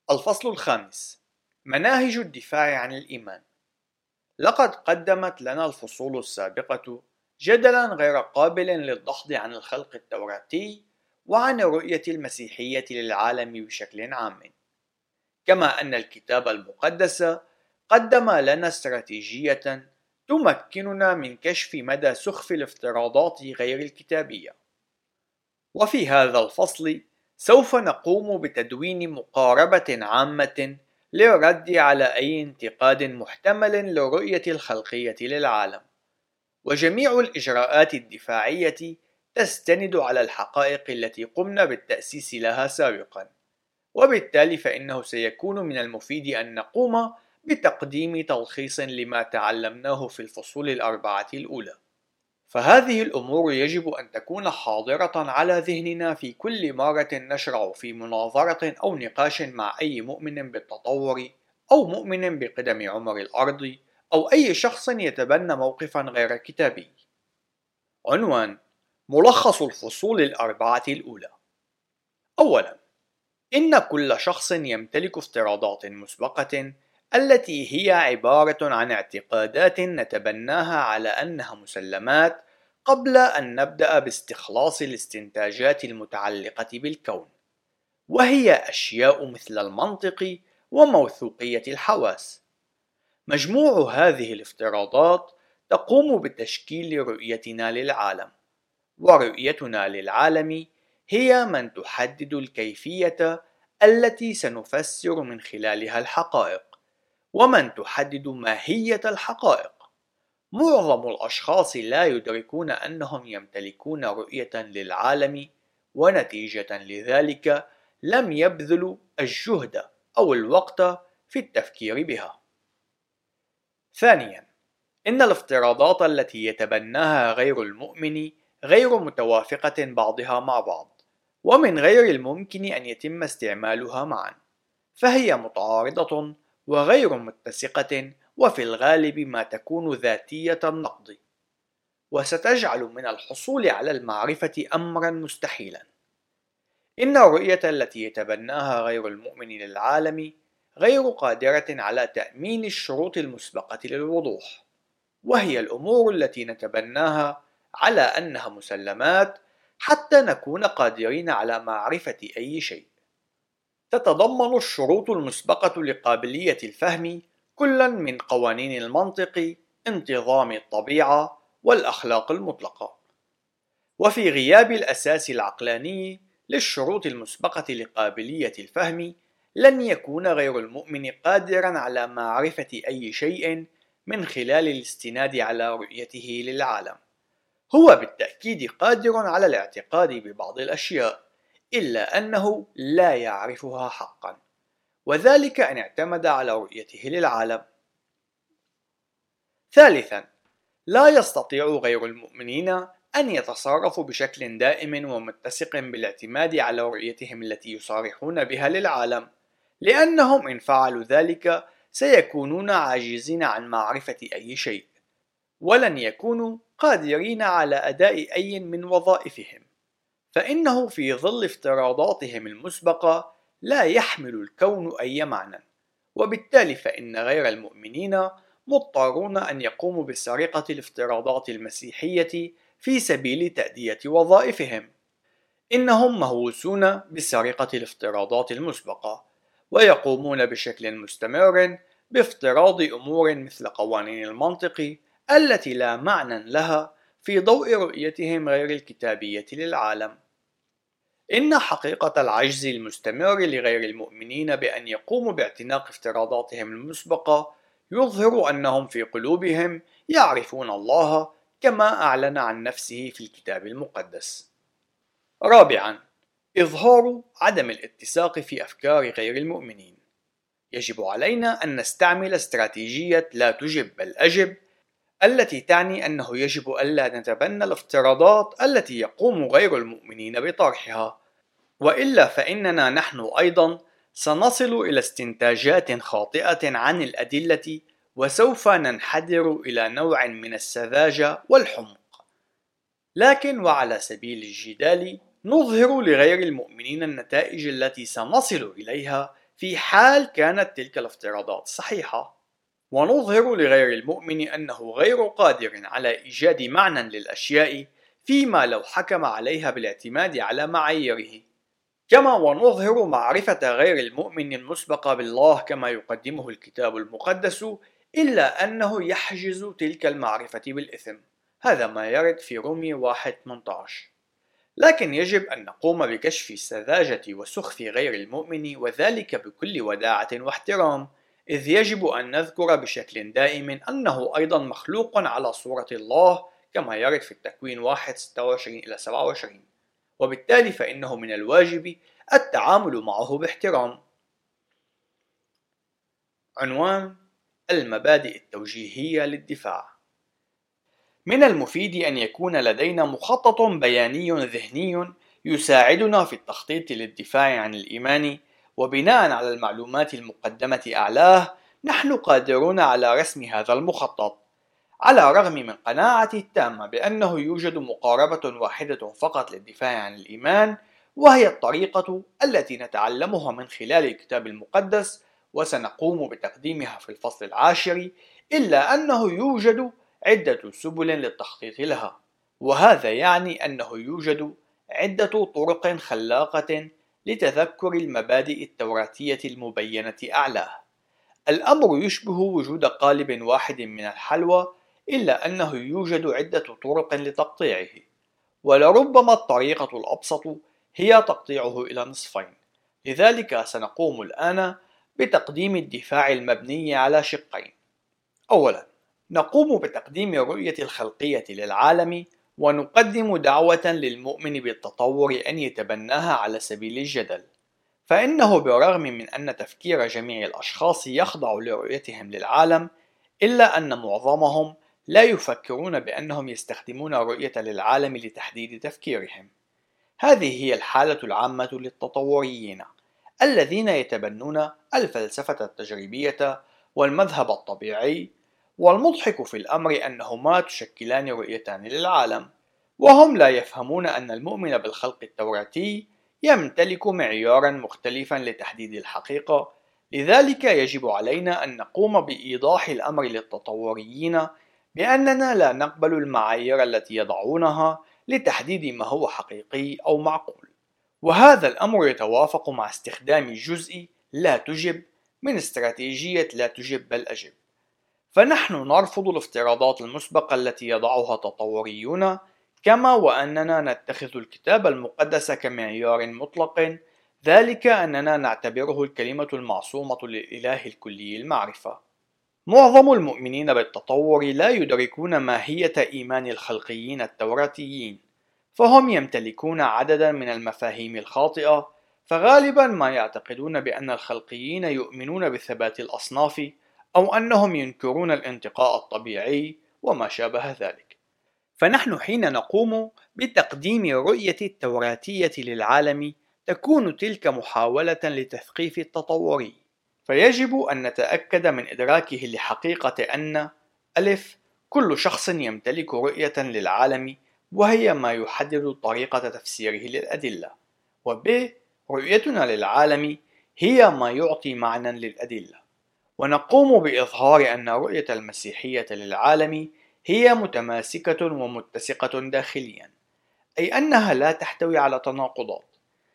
الفصل الخامس: مناهج الدفاع عن الإيمان. لقد قدمت لنا الفصول السابقة جدلا غير قابل للدحض عن الخلق التوراتي وعن الرؤية المسيحية للعالم بشكل عام، كما أن الكتاب المقدس قدم لنا استراتيجية تمكننا من كشف مدى سخف الافتراضات غير الكتابية. وفي هذا الفصل سوف نقوم بتدوين مقاربة عامة للرد على أي انتقاد محتمل للرؤية الخلقية للعالم، وجميع الإجراءات الدفاعية تستند على الحقائق التي قمنا بالتأسيس لها سابقا، وبالتالي فإنه سيكون من المفيد أن نقوم بتقديم تلخيص لما تعلمناه في الفصول الأربعة الأولى. فهذه الأمور يجب أن تكون حاضرة على ذهننا في كل مرة نشرع في مناظرة أو نقاش مع أي مؤمن بالتطور أو مؤمن بقدم عمر الأرض أو أي شخص يتبنى موقفا غير كتابي. عنوان: ملخص الفصول الأربعة الأولى. أولا، إن كل شخص يمتلك افتراضات مسبقة التي هي عبارة عن اعتقادات نتبناها على أنها مسلمات قبل أن نبدأ باستخلاص الاستنتاجات المتعلقة بالكون، وهي أشياء مثل المنطق وموثوقية الحواس. مجموع هذه الافتراضات تقوم بتشكيل رؤيتنا للعالم، ورؤيتنا للعالم هي من تحدد الكيفية التي سنفسر من خلالها الحقائق، ومن تحدد ماهية الحقائق. معظم الأشخاص لا يدركون أنهم يمتلكون رؤية للعالم، ونتيجة لذلك لم يبذلوا الجهد أو الوقت في التفكير بها. ثانيا، إن الافتراضات التي يتبناها غير المؤمن غير متوافقة بعضها مع بعض، ومن غير الممكن أن يتم استعمالها معا، فهي متعارضة وغير متسقة، وفي الغالب ما تكون ذاتية النقد، وستجعل من الحصول على المعرفة أمرا مستحيلا. إن الرؤية التي يتبناها غير المؤمن للعالم غير قادرة على تأمين الشروط المسبقة للوضوح، وهي الأمور التي نتبناها على أنها مسلمات حتى نكون قادرين على معرفة أي شيء. تتضمن الشروط المسبقة لقابلية الفهم كلا من قوانين المنطق، انتظام الطبيعة، والأخلاق المطلقة. وفي غياب الأساس العقلاني للشروط المسبقة لقابلية الفهم، لن يكون غير المؤمن قادرا على معرفة أي شيء من خلال الاستناد على رؤيته للعالم. هو بالتأكيد قادر على الاعتقاد ببعض الأشياء، إلا أنه لا يعرفها حقا، وذلك إن اعتمد على رؤيته للعالم. ثالثا، لا يستطيع غير المؤمنين أن يتصرفوا بشكل دائم ومتسق بالاعتماد على رؤيتهم التي يصارحون بها للعالم، لأنهم إن فعلوا ذلك سيكونون عاجزين عن معرفة أي شيء، ولن يكونوا قادرين على أداء أي من وظائفهم، فإنه في ظل افتراضاتهم المسبقة لا يحمل الكون أي معنى، وبالتالي فإن غير المؤمنين مضطرون أن يقوموا بسرقة الافتراضات المسيحية في سبيل تأدية وظائفهم. إنهم مهووسون بسرقة الافتراضات المسبقة، ويقومون بشكل مستمر بافتراض أمور مثل قوانين المنطق التي لا معنى لها في ضوء رؤيتهم غير الكتابية للعالم. إن حقيقة العجز المستمر لغير المؤمنين بأن يقوموا باعتناق افتراضاتهم المسبقة يظهر أنهم في قلوبهم يعرفون الله كما أعلن عن نفسه في الكتاب المقدس. رابعا، إظهار عدم الاتساق في أفكار غير المؤمنين. يجب علينا أن نستعمل استراتيجية لا تجب بل أجب، التي تعني أنه يجب ألا نتبنى الافتراضات التي يقوم غير المؤمنين بطرحها، وإلا فإننا نحن أيضا سنصل إلى استنتاجات خاطئة عن الأدلة، وسوف ننحدر إلى نوع من السذاجة والحمق. لكن وعلى سبيل الجدال نظهر لغير المؤمنين النتائج التي سنصل إليها في حال كانت تلك الافتراضات صحيحة، ونظهر لغير المؤمن أنه غير قادر على إيجاد معنى للأشياء فيما لو حكم عليها بالاعتماد على معاييره، كما ونظهر معرفة غير المؤمن المسبقة بالله كما يقدمه الكتاب المقدس، إلا أنه يحجز تلك المعرفة بالإثم. هذا ما يرد في رومية 1:18. لكن يجب أن نقوم بكشف سذاجة وسخف غير المؤمن، وذلك بكل وداعة واحترام، إذ يجب أن نذكر بشكل دائم أنه أيضا مخلوق على صورة الله كما يرد في التكوين 1:26-27، وبالتالي فإنه من الواجب التعامل معه باحترام. عنوان: المبادئ التوجيهية للدفاع. من المفيد أن يكون لدينا مخطط بياني ذهني يساعدنا في التخطيط للدفاع عن الإيمان، وبناء على المعلومات المقدمة أعلاه نحن قادرون على رسم هذا المخطط، على الرغم من قناعتي التامة بأنه يوجد مقاربة واحدة فقط للدفاع عن الإيمان، وهي الطريقة التي نتعلمها من خلال الكتاب المقدس وسنقوم بتقديمها في الفصل 10، إلا أنه يوجد عدة سبل للتخطيط لها، وهذا يعني أنه يوجد عدة طرق خلاقة لتذكر المبادئ التوراتية المبينة أعلاه. الأمر يشبه وجود قالب واحد من الحلوى، إلا أنه يوجد عدة طرق لتقطيعه، ولربما الطريقة الأبسط هي تقطيعه إلى نصفين. لذلك سنقوم الآن بتقديم الدفاع المبني على شقين. أولا، نقوم بتقديم الرؤية الخلقية للعالم، ونقدم دعوة للمؤمن بالتطور أن يتبناها على سبيل الجدل، فإنه بالرغم من أن تفكير جميع الأشخاص يخضع لرؤيتهم للعالم، إلا أن معظمهم لا يفكرون بأنهم يستخدمون الرؤية للعالم لتحديد تفكيرهم. هذه هي الحالة العامة للتطوريين الذين يتبنون الفلسفة التجريبية والمذهب الطبيعي، والمضحك في الأمر أنهما تشكلان رؤيتان للعالم، وهم لا يفهمون أن المؤمن بالخلق التوراتي يمتلك معيارا مختلفا لتحديد الحقيقة. لذلك يجب علينا أن نقوم بإيضاح الأمر للتطوريين بأننا لا نقبل المعايير التي يضعونها لتحديد ما هو حقيقي أو معقول، وهذا الأمر يتوافق مع استخدام جزء لا تجب من استراتيجية لا تجب بل أجب. فنحن نرفض الافتراضات المسبقة التي يضعها التطوريون، كما وأننا نتخذ الكتاب المقدس كمعيار مطلق، ذلك أننا نعتبره الكلمة المعصومة للإله الكلي المعرفة. معظم المؤمنين بالتطور لا يدركون ماهية إيمان الخلقيين التوراتيين، فهم يمتلكون عددا من المفاهيم الخاطئة، فغالبا ما يعتقدون بأن الخلقيين يؤمنون بثبات الأصناف، أو أنهم ينكرون الانتقاء الطبيعي وما شابه ذلك. فنحن حين نقوم بتقديم الرؤية التوراتية للعالم تكون تلك محاولة لتثقيف التطوري، فيجب أن نتأكد من إدراكه لحقيقة أن ألف كل شخص يمتلك رؤية للعالم، وهي ما يحدد طريقة تفسيره للأدلة، وب رؤيتنا للعالم هي ما يعطي معنى للأدلة. ونقوم بإظهار أن رؤية المسيحية للعالم هي متماسكة ومتسقة داخليا، أي أنها لا تحتوي على تناقضات،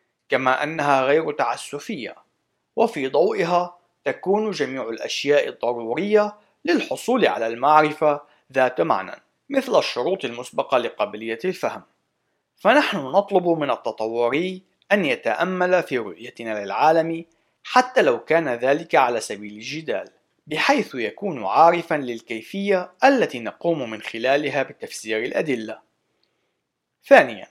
كما أنها غير تعسفية، وفي ضوئها تكون جميع الأشياء الضرورية للحصول على المعرفة ذات معنى، مثل الشروط المسبقة لقابلية الفهم. فنحن نطلب من التطوري أن يتأمل في رؤيتنا للعالم، حتى لو كان ذلك على سبيل الجدال، بحيث يكون عارفا للكيفية التي نقوم من خلالها بتفسير الأدلة. ثانيا،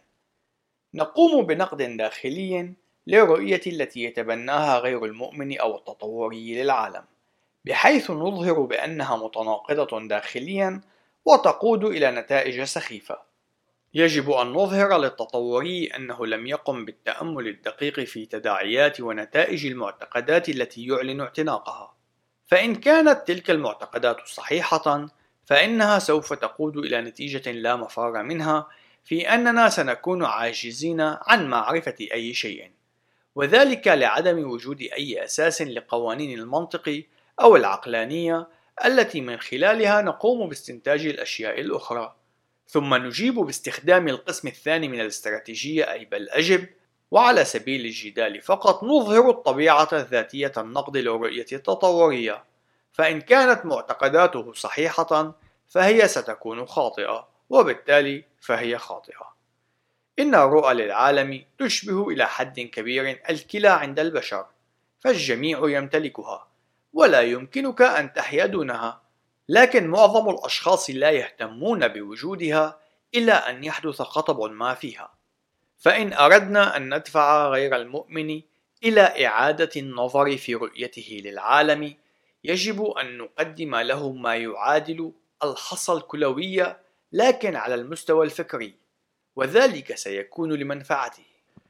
نقوم بنقد داخلي للرؤية التي يتبناها غير المؤمن أو التطوري للعالم، بحيث نظهر بأنها متناقضة داخليا وتقود إلى نتائج سخيفة. يجب أن نظهر للتطوري أنه لم يقم بالتأمل الدقيق في تداعيات ونتائج المعتقدات التي يعلن اعتناقها، فإن كانت تلك المعتقدات صحيحة فإنها سوف تقود إلى نتيجة لا مفر منها، في أننا سنكون عاجزين عن معرفة أي شيء، وذلك لعدم وجود أي أساس لقوانين المنطق أو العقلانية التي من خلالها نقوم باستنتاج الأشياء الأخرى، ثم نجيب باستخدام القسم الثاني من الاستراتيجية أي بل أجب، وعلى سبيل الجدال فقط نظهر الطبيعة الذاتية النقد للرؤية التطورية، فإن كانت معتقداته صحيحة فهي ستكون خاطئة، وبالتالي فهي خاطئة. إن الرؤى للعالم تشبه إلى حد كبير الكلى عند البشر، فالجميع يمتلكها ولا يمكنك أن تحيا دونها، لكن معظم الأشخاص لا يهتمون بوجودها إلى أن يحدث خطب ما فيها. فإن أردنا أن ندفع غير المؤمن إلى إعادة النظر في رؤيته للعالم، يجب أن نقدم له ما يعادل الحصى الكلوية لكن على المستوى الفكري، وذلك سيكون لمنفعته.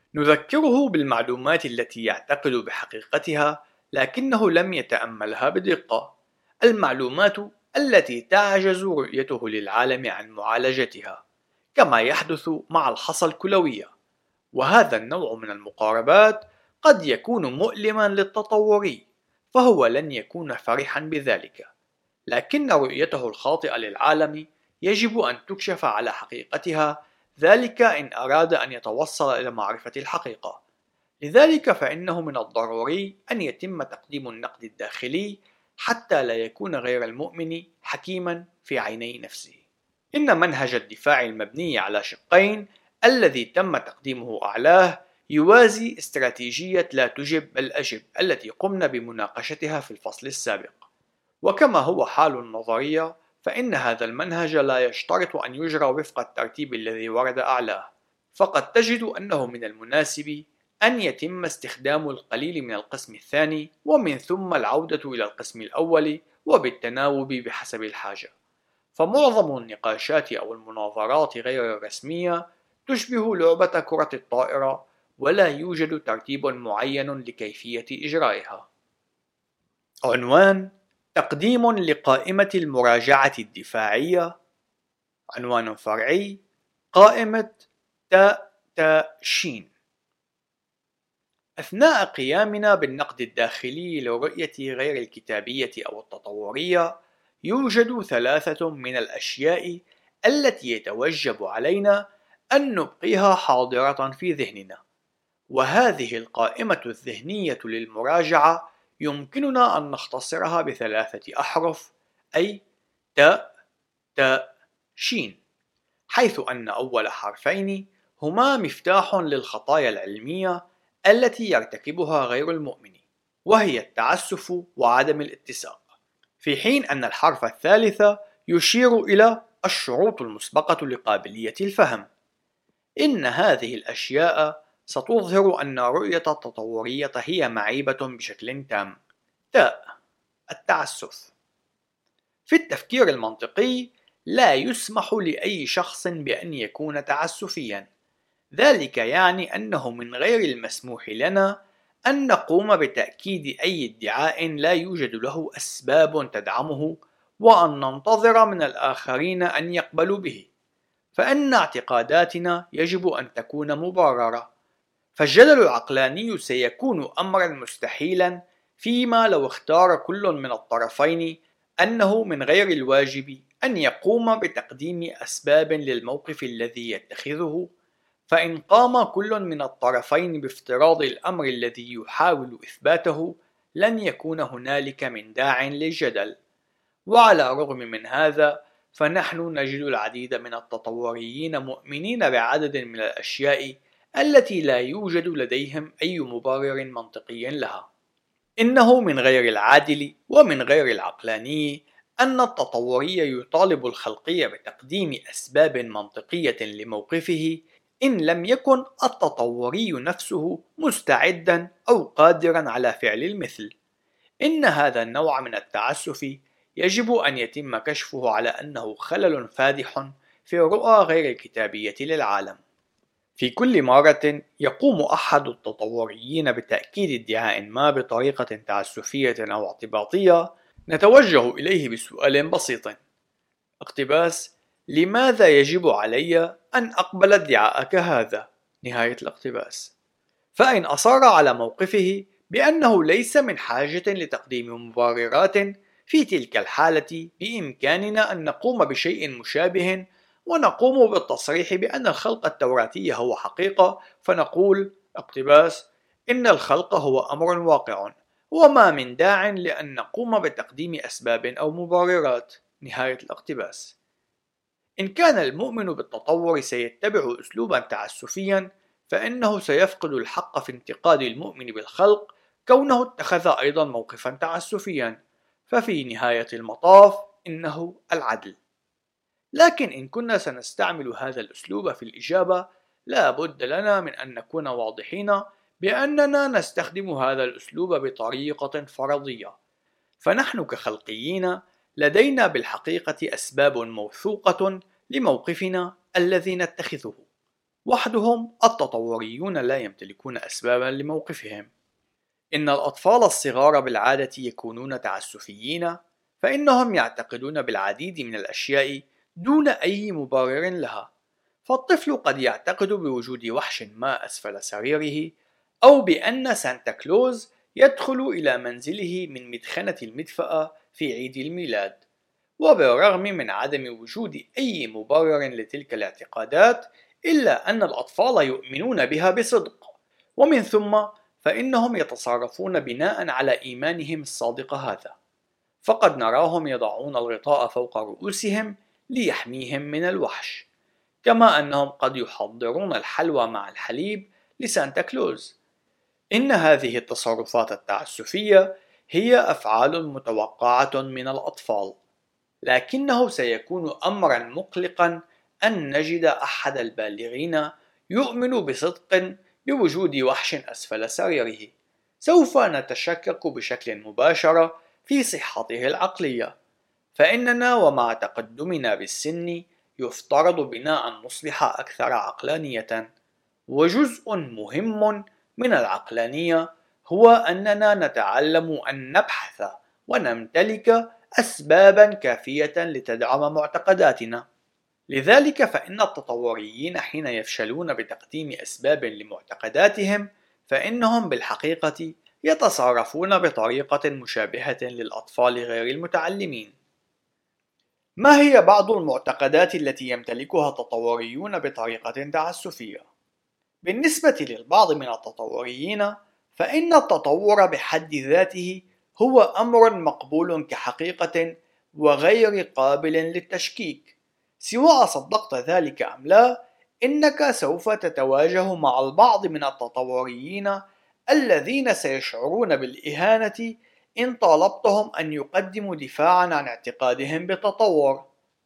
نذكره بالمعلومات التي يعتقد بحقيقتها لكنه لم يتأملها بدقة، المعلومات التي تعجز رؤيته للعالم عن معالجتها، كما يحدث مع الحصى الكلوية. وهذا النوع من المقاربات قد يكون مؤلما للتطوري، فهو لن يكون فرحا بذلك، لكن رؤيته الخاطئة للعالم يجب أن تكشف على حقيقتها، ذلك إن أراد أن يتوصل إلى معرفة الحقيقة. لذلك فإنه من الضروري أن يتم تقديم النقد الداخلي حتى لا يكون غير المؤمن حكيما في عيني نفسه. إن منهج الدفاع المبني على شقين الذي تم تقديمه أعلاه يوازي استراتيجية لا تجب بل أجب التي قمنا بمناقشتها في الفصل السابق. وكما هو حال النظرية، فإن هذا المنهج لا يشترط أن يجرى وفق الترتيب الذي ورد أعلاه، فقد تجد أنه من المناسب أن يتم استخدام القليل من القسم الثاني ومن ثم العودة إلى القسم الأول وبالتناوب بحسب الحاجة. فمعظم النقاشات أو المناظرات غير الرسمية تشبه لعبة كرة الطائرة، ولا يوجد ترتيب معين لكيفية إجرائها. عنوان: تقديم لقائمة المراجعة الدفاعية. عنوان فرعي: قائمة ت. أثناء قيامنا بالنقد الداخلي للرؤية غير الكتابية أو التطورية، يوجد ثلاثة من الأشياء التي يتوجب علينا أن نبقيها حاضرة في ذهننا، وهذه القائمة الذهنية للمراجعة يمكننا أن نختصرها بثلاثة أحرف، أي ت ش، حيث أن أول حرفين هما مفتاح للخطايا العلمية التي يرتكبها غير المؤمن، وهي التعسف وعدم الاتساق، في حين أن الحرف الثالث يشير إلى الشروط المسبقة لقابلية الفهم. إن هذه الأشياء ستظهر أن الرؤية التطورية هي معيبة بشكل تام. التعسف. في التفكير المنطقي لا يسمح لأي شخص بأن يكون تعسفيا، ذلك يعني أنه من غير المسموح لنا أن نقوم بتأكيد أي ادعاء لا يوجد له أسباب تدعمه، وأن ننتظر من الآخرين أن يقبلوا به، فإن اعتقاداتنا يجب أن تكون مبررة. فالجدل العقلاني سيكون أمرا مستحيلا فيما لو اختار كل من الطرفين أنه من غير الواجب أن يقوم بتقديم أسباب للموقف الذي يتخذه، فإن قام كل من الطرفين بافتراض الأمر الذي يحاول إثباته لن يكون هنالك من داع للجدل. وعلى الرغم من هذا فنحن نجد العديد من التطوريين مؤمنين بعدد من الأشياء التي لا يوجد لديهم أي مبرر منطقي لها. إنه من غير العادل ومن غير العقلاني أن التطوري يطالب الخلقي بتقديم أسباب منطقية لموقفه إن لم يكن التطوري نفسه مستعدا أو قادرا على فعل المثل. إن هذا النوع من التعسف يجب أن يتم كشفه على أنه خلل فادح في الرؤى غير الكتابية للعالم. في كل مرة يقوم أحد التطوريين بتأكيد ادعاء ما بطريقة تعسفية أو اعتباطية، نتوجه إليه بسؤال بسيط: اقتباس: لماذا يجب علي أن أقبل ادعاءك هذا؟ نهاية الاقتباس. فإن أصر على موقفه بأنه ليس من حاجة لتقديم مبررات، في تلك الحالة بإمكاننا أن نقوم بشيء مشابه ونقوم بالتصريح بأن الخلق التوراتي هو حقيقة، فنقول اقتباس: إن الخلق هو أمر واقع، وما من داع لأن نقوم بتقديم أسباب أو مبررات. نهاية الاقتباس. إن كان المؤمن بالتطور سيتبع أسلوبا تعسفيا، فإنه سيفقد الحق في انتقاد المؤمن بالخلق كونه اتخذ أيضا موقفا تعسفيا، ففي نهاية المطاف إنه العدل. لكن إن كنا سنستعمل هذا الأسلوب في الإجابة، لا بد لنا من أن نكون واضحين بأننا نستخدم هذا الأسلوب بطريقة فرضية، فنحن كخلقيين لدينا بالحقيقة أسباب موثوقة لموقفنا الذي نتخذه، وحدهم التطوريون لا يمتلكون أسبابا لموقفهم. إن الأطفال الصغار بالعادة يكونون تعسفيين، فإنهم يعتقدون بالعديد من الأشياء دون أي مبرر لها، فالطفل قد يعتقد بوجود وحش ما أسفل سريره، أو بأن سانتا كلوز يدخل إلى منزله من مدخنة المدفأة في عيد الميلاد. وبالرغم من عدم وجود أي مبرر لتلك الاعتقادات، إلا أن الأطفال يؤمنون بها بصدق، ومن ثم فإنهم يتصرفون بناء على إيمانهم الصادق هذا. فقد نراهم يضعون الغطاء فوق رؤوسهم ليحميهم من الوحش، كما أنهم قد يحضرون الحلوى مع الحليب لسانتا كلوز. إن هذه التصرفات التعسفية هي أفعال متوقعة من الأطفال، لكنه سيكون أمرا مقلقا أن نجد أحد البالغين يؤمن بصدق بوجود وحش أسفل سريره. سوف نتشكك بشكل مباشر في صحته العقلية، فإننا ومع تقدمنا بالسن يفترض بنا أن نصبح أكثر عقلانية، وجزء مهم من العقلانية هو أننا نتعلم أن نبحث ونمتلك أسبابا كافية لتدعم معتقداتنا. لذلك فإن التطوريين حين يفشلون بتقديم أسباب لمعتقداتهم، فإنهم بالحقيقة يتصرفون بطريقة مشابهة للأطفال غير المتعلمين. ما هي بعض المعتقدات التي يمتلكها التطوريون بطريقة تعسفية؟ بالنسبة للبعض من التطوريين، فإن التطور بحد ذاته هو أمر مقبول كحقيقة وغير قابل للتشكيك. سواء صدقت ذلك أم لا، إنك سوف تتواجه مع البعض من التطوريين الذين سيشعرون بالإهانة إن طالبتهم أن يقدموا دفاعا عن اعتقادهم بالتطور.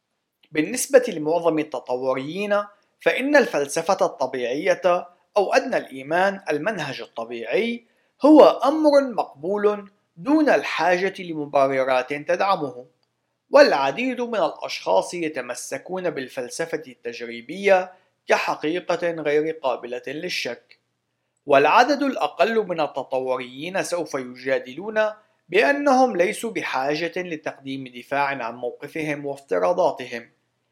بالنسبة لمعظم التطوريين، فإن الفلسفة الطبيعية أو أدنى الإيمان، المنهج الطبيعي، هو أمر مقبول دون الحاجة لمبررات تدعمه. والعديد من الأشخاص يتمسكون بالفلسفة التجريبية كحقيقة غير قابلة للشك. والعدد الأقل من التطوريين سوف يجادلون بأنهم ليسوا بحاجة لتقديم دفاع عن موقفهم وافتراضاتهم،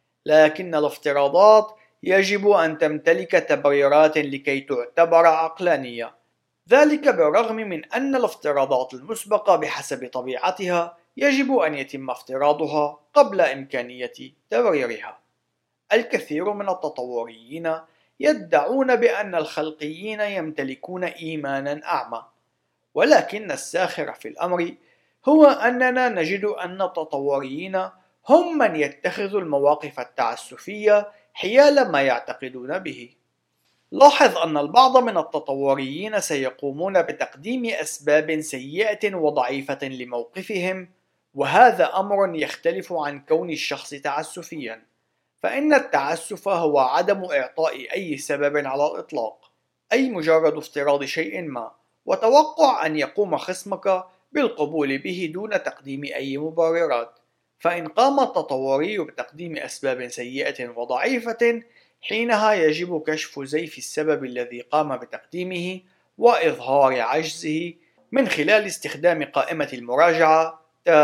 لكن الافتراضات يجب أن تمتلك تبريرات لكي تعتبر عقلانية، ذلك بالرغم من أن الافتراضات المسبقة بحسب طبيعتها يجب أن يتم افتراضها قبل إمكانية تبريرها. الكثير من التطوريين يدعون بأن الخلقيين يمتلكون إيمانا أعمى، ولكن الساخر في الأمر هو أننا نجد أن التطوريين هم من يتخذوا المواقف التعسفية حيال ما يعتقدون به. لاحظ أن البعض من التطوريين سيقومون بتقديم أسباب سيئة وضعيفة لموقفهم، وهذا أمر يختلف عن كون الشخص تعسفيا، فإن التعسف هو عدم إعطاء أي سبب على الإطلاق، أي مجرد افتراض شيء ما وتوقع أن يقوم خصمك بالقبول به دون تقديم أي مبررات. فإن قام التطوري بتقديم أسباب سيئة وضعيفة، حينها يجب كشف زيف السبب الذي قام بتقديمه وإظهار عجزه من خلال استخدام قائمة المراجعة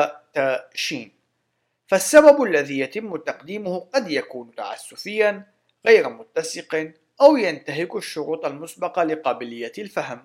ت ش. فالسبب الذي يتم تقديمه قد يكون تعسفيا، غير متسق، أو ينتهك الشروط المسبقة لقابلية الفهم.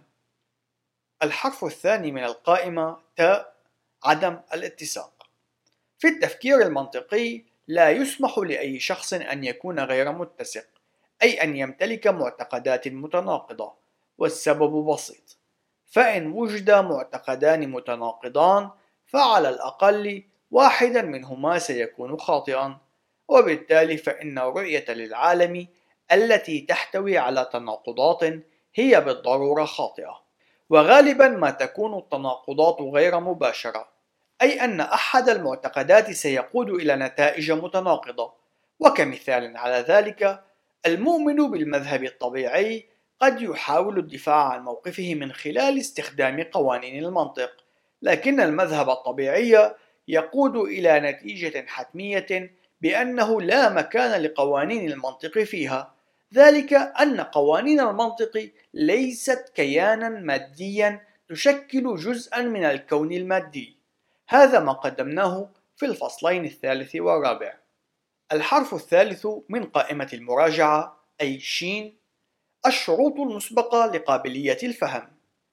الحرف الثاني من القائمة تاء عدم الاتساق. في التفكير المنطقي لا يسمح لأي شخص أن يكون غير متسق، أي أن يمتلك معتقدات متناقضة، والسبب بسيط: فإن وجد معتقدان متناقضان فعلى الأقل واحدا منهما سيكون خاطئا، وبالتالي فإن الرؤية للعالم التي تحتوي على تناقضات هي بالضرورة خاطئة. وغالبا ما تكون التناقضات غير مباشرة، أي أن أحد المعتقدات سيقود إلى نتائج متناقضة. وكمثال على ذلك، المؤمن بالمذهب الطبيعي قد يحاول الدفاع عن موقفه من خلال استخدام قوانين المنطق، لكن المذهب الطبيعي يقود إلى نتيجة حتمية بأنه لا مكان لقوانين المنطق فيها، ذلك أن قوانين المنطق ليست كيانا ماديا تشكل جزءا من الكون المادي. هذا ما قدمناه في الفصلين الثالث والرابع. الحرف الثالث من قائمة المراجعة أي شين: الشروط المسبقة لقابلية الفهم.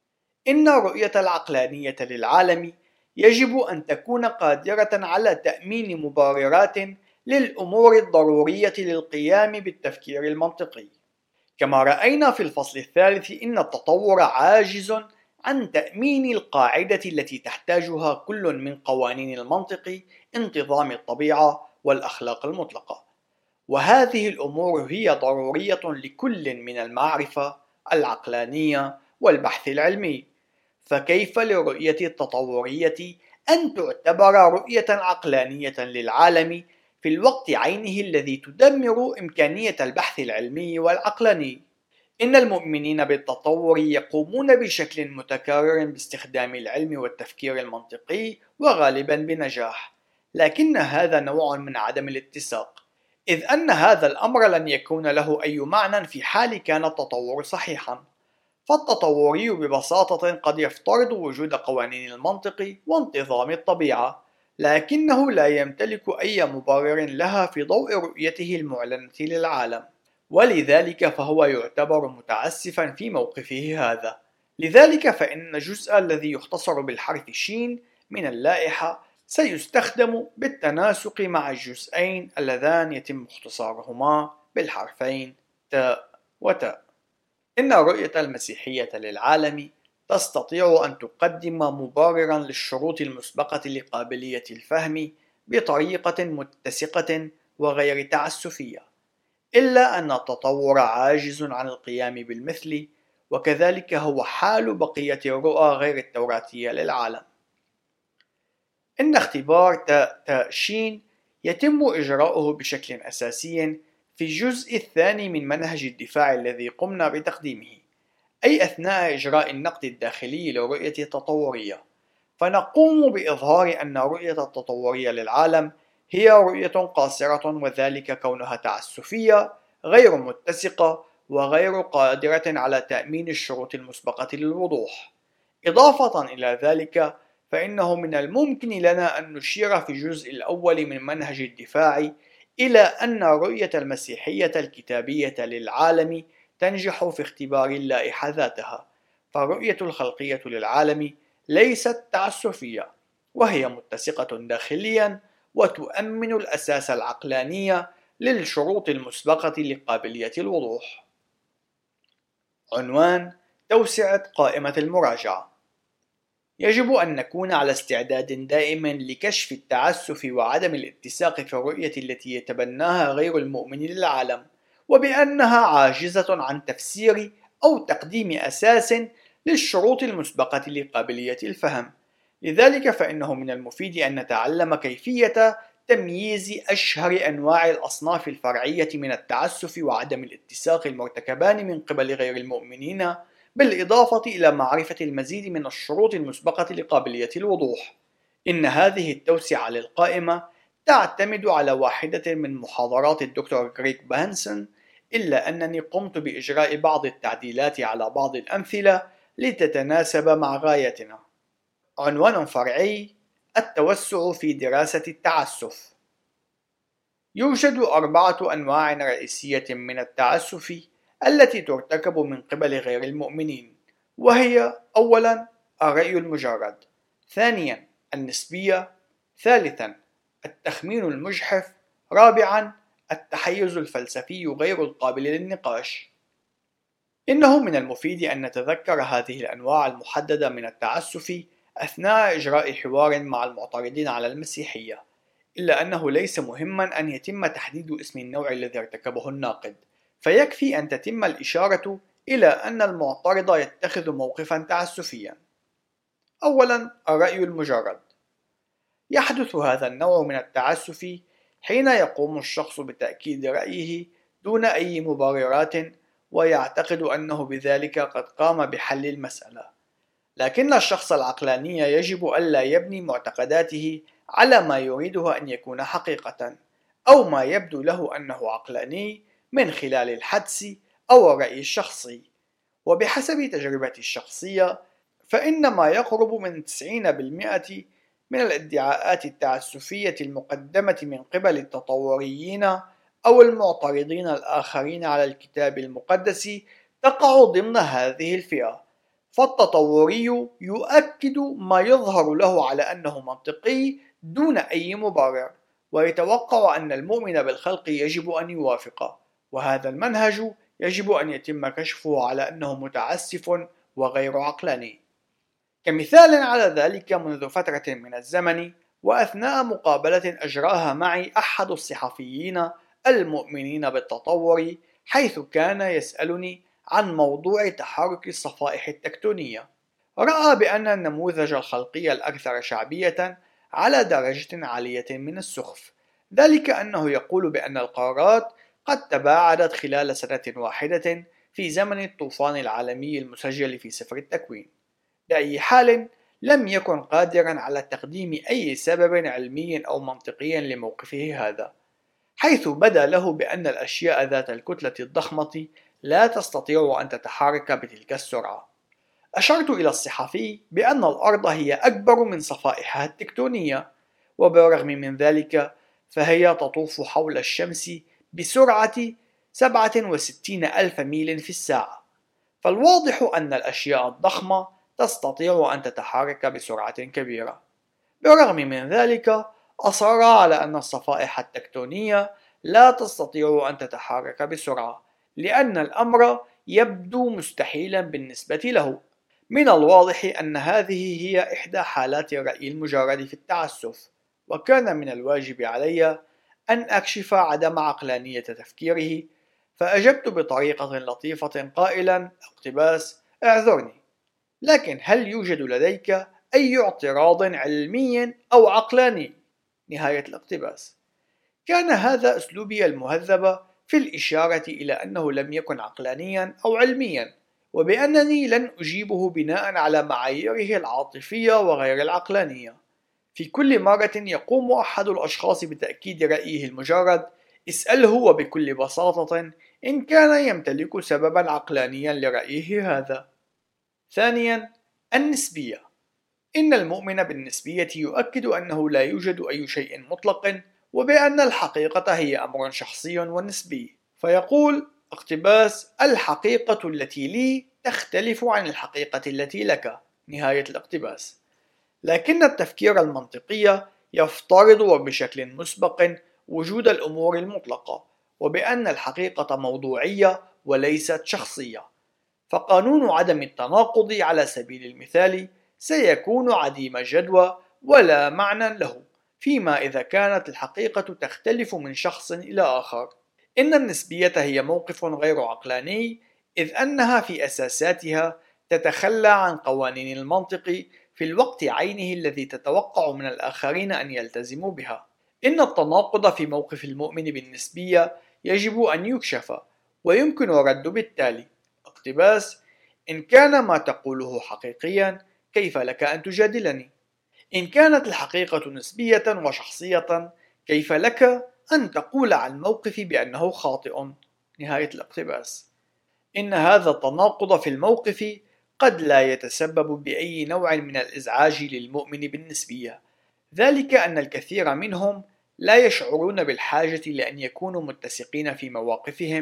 إن الرؤية العقلانية للعالم يجب أن تكون قادرة على تأمين مبررات للأمور الضرورية للقيام بالتفكير المنطقي. كما رأينا في الفصل الثالث، إن التطور عاجز عن تأمين القاعدة التي تحتاجها كل من قوانين المنطق، انتظام الطبيعة والأخلاق المطلقة، وهذه الأمور هي ضرورية لكل من المعرفة العقلانية والبحث العلمي. فكيف للرؤية التطورية أن تعتبر رؤية عقلانية للعالم في الوقت عينه الذي تدمر إمكانية البحث العلمي والعقلاني؟ إن المؤمنين بالتطور يقومون بشكل متكرر باستخدام العلم والتفكير المنطقي، وغالبا بنجاح، لكن هذا نوع من عدم الاتساق، إذ أن هذا الأمر لن يكون له أي معنى في حال كان التطور صحيحا. فالتطوري ببساطة قد يفترض وجود قوانين المنطق وانتظام الطبيعة، لكنه لا يمتلك أي مبرر لها في ضوء رؤيته المعلنة للعالم، ولذلك فهو يعتبر متعسفا في موقفه هذا. لذلك فإن الجزء الذي يختصر بالحرف شين من اللائحة سيستخدم بالتناسق مع الجزئين اللذان يتم اختصارهما بالحرفين تاء وتاء. إن الرؤية المسيحية للعالم تستطيع أن تقدم مبررا للشروط المسبقة لقابلية الفهم بطريقة متسقة وغير تعسفية، إلا أن التطور عاجز عن القيام بالمثل، وكذلك هو حال بقية الرؤى غير التوراتية للعالم. إن اختبار تاء تاء شين يتم إجراؤه بشكل أساسي في الجزء الثاني من منهج الدفاع الذي قمنا بتقديمه، أي أثناء إجراء النقد الداخلي للرؤية التطورية. فنقوم بإظهار أن الرؤية التطورية للعالم هي رؤية قاصرة، وذلك كونها تعسفية غير متسقة وغير قادرة على تأمين الشروط المسبقة للوضوح. إضافة إلى ذلك، فإنه من الممكن لنا أن نشير في الجزء الأول من منهج الدفاع إلى أن الرؤية المسيحية الكتابية للعالم تنجح في اختبار اللائحة ذاتها، فالرؤية الخلقية للعالم ليست تعسفية، وهي متسقة داخليا وتؤمن الأساس العقلاني للشروط المسبقة لقابلية الوضوح. عنوان: توسعة قائمة المراجعة. يجب أن نكون على استعداد دائم لكشف التعسف وعدم الاتساق في الرؤية التي يتبناها غير المؤمن للعالم، وبأنها عاجزة عن تفسير أو تقديم أساس للشروط المسبقة لقابلية الفهم. لذلك فإنه من المفيد أن نتعلم كيفية تمييز أشهر أنواع الأصناف الفرعية من التعسف وعدم الاتساق المرتكبان من قبل غير المؤمنين، بالإضافة إلى معرفة المزيد من الشروط المسبقة لقابلية الوضوح. إن هذه التوسعة للقائمة تعتمد على واحدة من محاضرات الدكتور غريغ بانسون، إلا أنني قمت بإجراء بعض التعديلات على بعض الأمثلة لتتناسب مع غايتنا. عنوان فرعي: التوسع في دراسة التعسف. يوجد 4 أنواع رئيسية من التعسف التي ترتكب من قبل غير المؤمنين، وهي: أولا الرأي المجرد، ثانيا النسبية، ثالثا التخمين المجحف، رابعا التحيز الفلسفي غير القابل للنقاش. إنه من المفيد أن نتذكر هذه الأنواع المحددة من التعسف أثناء إجراء حوار مع المعترضين على المسيحية، إلا أنه ليس مهما أن يتم تحديد اسم النوع الذي ارتكبه الناقد، فيكفي أن تتم الإشارة إلى أن المعترض يتخذ موقفا تعسفيا. أولا الرأي المجرد. يحدث هذا النوع من التعسف حين يقوم الشخص بتأكيد رأيه دون أي مبررات ويعتقد أنه بذلك قد قام بحل المسألة، لكن الشخص العقلاني يجب ألا يبني معتقداته على ما يريده أن يكون حقيقة أو ما يبدو له أنه عقلاني من خلال الحدس أو الرأي الشخصي. وبحسب تجربتي الشخصية فإن ما يقرب من 90% من الادعاءات التعسفية المقدمة من قبل التطوريين أو المعترضين الآخرين على الكتاب المقدس تقع ضمن هذه الفئة. فالتطوري يؤكد ما يظهر له على أنه منطقي دون أي مبرر، ويتوقع أن المؤمن بالخلق يجب أن يوافقه، وهذا المنهج يجب أن يتم كشفه على أنه متعسف وغير عقلاني. كمثال على ذلك، منذ فترة من الزمن وأثناء مقابلة أجراها معي أحد الصحفيين المؤمنين بالتطور، حيث كان يسألني عن موضوع تحرك الصفائح التكتونية، رأى بأن النموذج الخلقي الأكثر شعبية على درجة عالية من السخف، ذلك أنه يقول بأن القارات قد تباعدت خلال سنة واحدة في زمن الطوفان العالمي المسجل في سفر التكوين. بأي حال لم يكن قادرا على تقديم أي سبب علمي أو منطقي لموقفه هذا، حيث بدا له بأن الأشياء ذات الكتلة الضخمة لا تستطيع أن تتحرك بتلك السرعة. أشرت إلى الصحفي بأن الأرض هي أكبر من صفائحها التكتونية، وبالرغم من ذلك فهي تطوف حول الشمس بسرعة 67 ألف ميل في الساعة، فالواضح أن الأشياء الضخمة تستطيع أن تتحرك بسرعة كبيرة. بالرغم من ذلك أصر على أن الصفائح التكتونية لا تستطيع أن تتحرك بسرعة، لأن الأمر يبدو مستحيلا بالنسبة له. من الواضح أن هذه هي إحدى حالات الرأي المجرد في التعسف، وكان من الواجب علي أن أكشف عدم عقلانية تفكيره، فأجبت بطريقة لطيفة قائلا: اقتباس: اعذرني، لكن هل يوجد لديك أي اعتراض علمي أو عقلاني؟ نهاية الاقتباس. كان هذا أسلوبي المهذب في الإشارة إلى أنه لم يكن عقلانيا أو علميا، وبأنني لن أجيبه بناء على معاييره العاطفية وغير العقلانية. في كل مرة يقوم أحد الأشخاص بتأكيد رأيه المجرد، اسأله وبكل بساطة إن كان يمتلك سببا عقلانيا لرأيه هذا. ثانيا النسبية. إن المؤمن بالنسبية يؤكد أنه لا يوجد أي شيء مطلق، وبأن الحقيقة هي أمر شخصي ونسبي، فيقول: اقتباس: الحقيقة التي لي تختلف عن الحقيقة التي لك. نهاية الاقتباس. لكن التفكير المنطقي يفترض وبشكل مسبق وجود الأمور المطلقة، وبأن الحقيقة موضوعية وليست شخصية، فقانون عدم التناقض على سبيل المثال سيكون عديم الجدوى ولا معنى له، فيما إذا كانت الحقيقة تختلف من شخص إلى آخر. إن النسبية هي موقف غير عقلاني، إذ أنها في أساساتها تتخلى عن قوانين المنطق في الوقت عينه الذي تتوقع من الآخرين أن يلتزموا بها. إن التناقض في موقف المؤمن بالنسبية يجب أن يكشف، ويمكن الرد بالتالي: اقتباس: إن كان ما تقوله حقيقيا كيف لك أن تجادلني؟ إن كانت الحقيقة نسبية وشخصية كيف لك أن تقول عن موقفي بأنه خاطئ؟ نهاية الاقتباس. إن هذا التناقض في الموقف قد لا يتسبب بأي نوع من الإزعاج للمؤمن بالنسبية، ذلك أن الكثير منهم لا يشعرون بالحاجة لأن يكونوا متسقين في مواقفهم،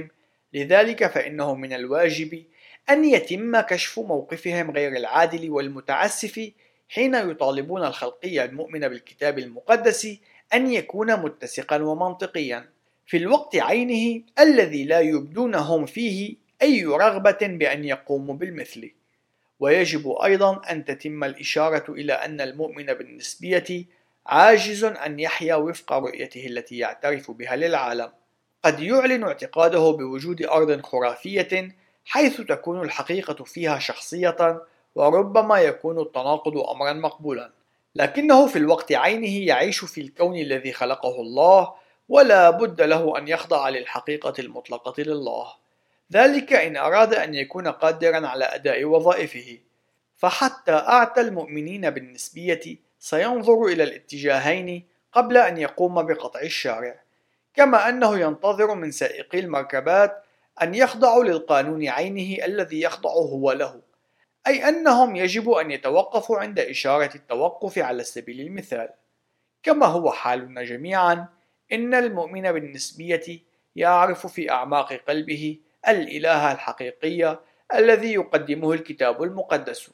لذلك فإنه من الواجب أن يتم كشف موقفهم غير العادل والمتعسف حين يطالبون الخلقي المؤمن بالكتاب المقدس أن يكون متسقا ومنطقيا في الوقت عينه الذي لا يبدونهم فيه أي رغبة بأن يقوموا بالمثل. ويجب أيضا أن تتم الإشارة إلى أن المؤمن بالنسبية عاجز أن يحيا وفق رؤيته التي يعترف بها للعالم. قد يعلن اعتقاده بوجود أرض خرافية حيث تكون الحقيقة فيها شخصية، وربما يكون التناقض أمرا مقبولا، لكنه في الوقت عينه يعيش في الكون الذي خلقه الله، ولا بد له أن يخضع للحقيقة المطلقة لله، ذلك إن أراد أن يكون قادرا على أداء وظائفه. فحتى أعتى المؤمنين بالنسبية سينظر إلى الاتجاهين قبل أن يقوم بقطع الشارع، كما أنه ينتظر من سائقي المركبات أن يخضعوا للقانون عينه الذي يخضع هو له، أي أنهم يجب أن يتوقفوا عند إشارة التوقف على سبيل المثال. كما هو حالنا جميعا، إن المؤمن بالنسبية يعرف في أعماق قلبه الإله الحقيقي الذي يقدمه الكتاب المقدس.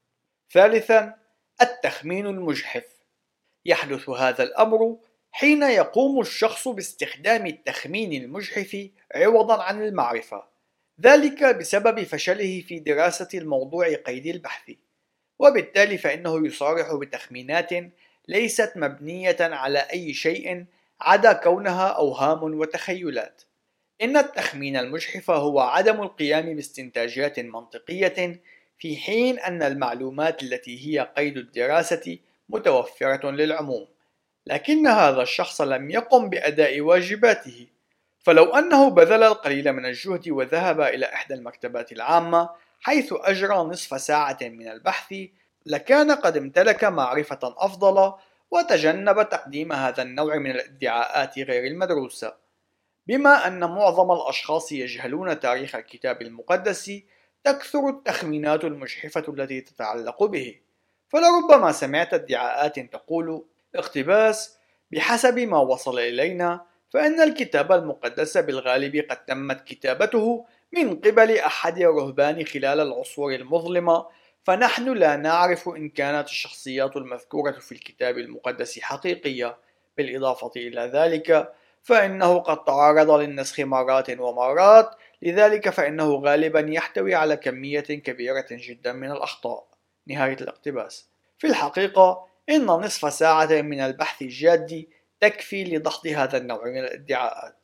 ثالثا، التخمين المجحف. يحدث هذا الأمر حين يقوم الشخص باستخدام التخمين المجحف عوضا عن المعرفة، ذلك بسبب فشله في دراسة الموضوع قيد البحث، وبالتالي فإنه يصارح بتخمينات ليست مبنية على أي شيء عدا كونها أوهام وتخيلات. إن التخمين المجحف هو عدم القيام باستنتاجات منطقية في حين أن المعلومات التي هي قيد الدراسة متوفرة للعموم، لكن هذا الشخص لم يقم بأداء واجباته. فلو أنه بذل القليل من الجهد وذهب إلى إحدى المكتبات العامة حيث أجرى نصف ساعة من البحث، لكان قد امتلك معرفة أفضل وتجنب تقديم هذا النوع من الادعاءات غير المدروسة. بما أن معظم الأشخاص يجهلون تاريخ الكتاب المقدس، تكثر التخمينات المجحفة التي تتعلق به، فلربما سمعت ادعاءات تقول: اقتباس: بحسب ما وصل إلينا فإن الكتاب المقدس بالغالب قد تمت كتابته من قبل أحد الرهبان خلال العصور المظلمة، فنحن لا نعرف إن كانت الشخصيات المذكورة في الكتاب المقدس حقيقية. بالإضافة إلى ذلك فإنه قد تعرض للنسخ مرات ومرات، لذلك فإنه غالبا يحتوي على كمية كبيرة جدا من الأخطاء. نهاية الاقتباس. في الحقيقة إن نصف ساعة من البحث الجاد تكفي لدحض هذا النوع من الادعاءات.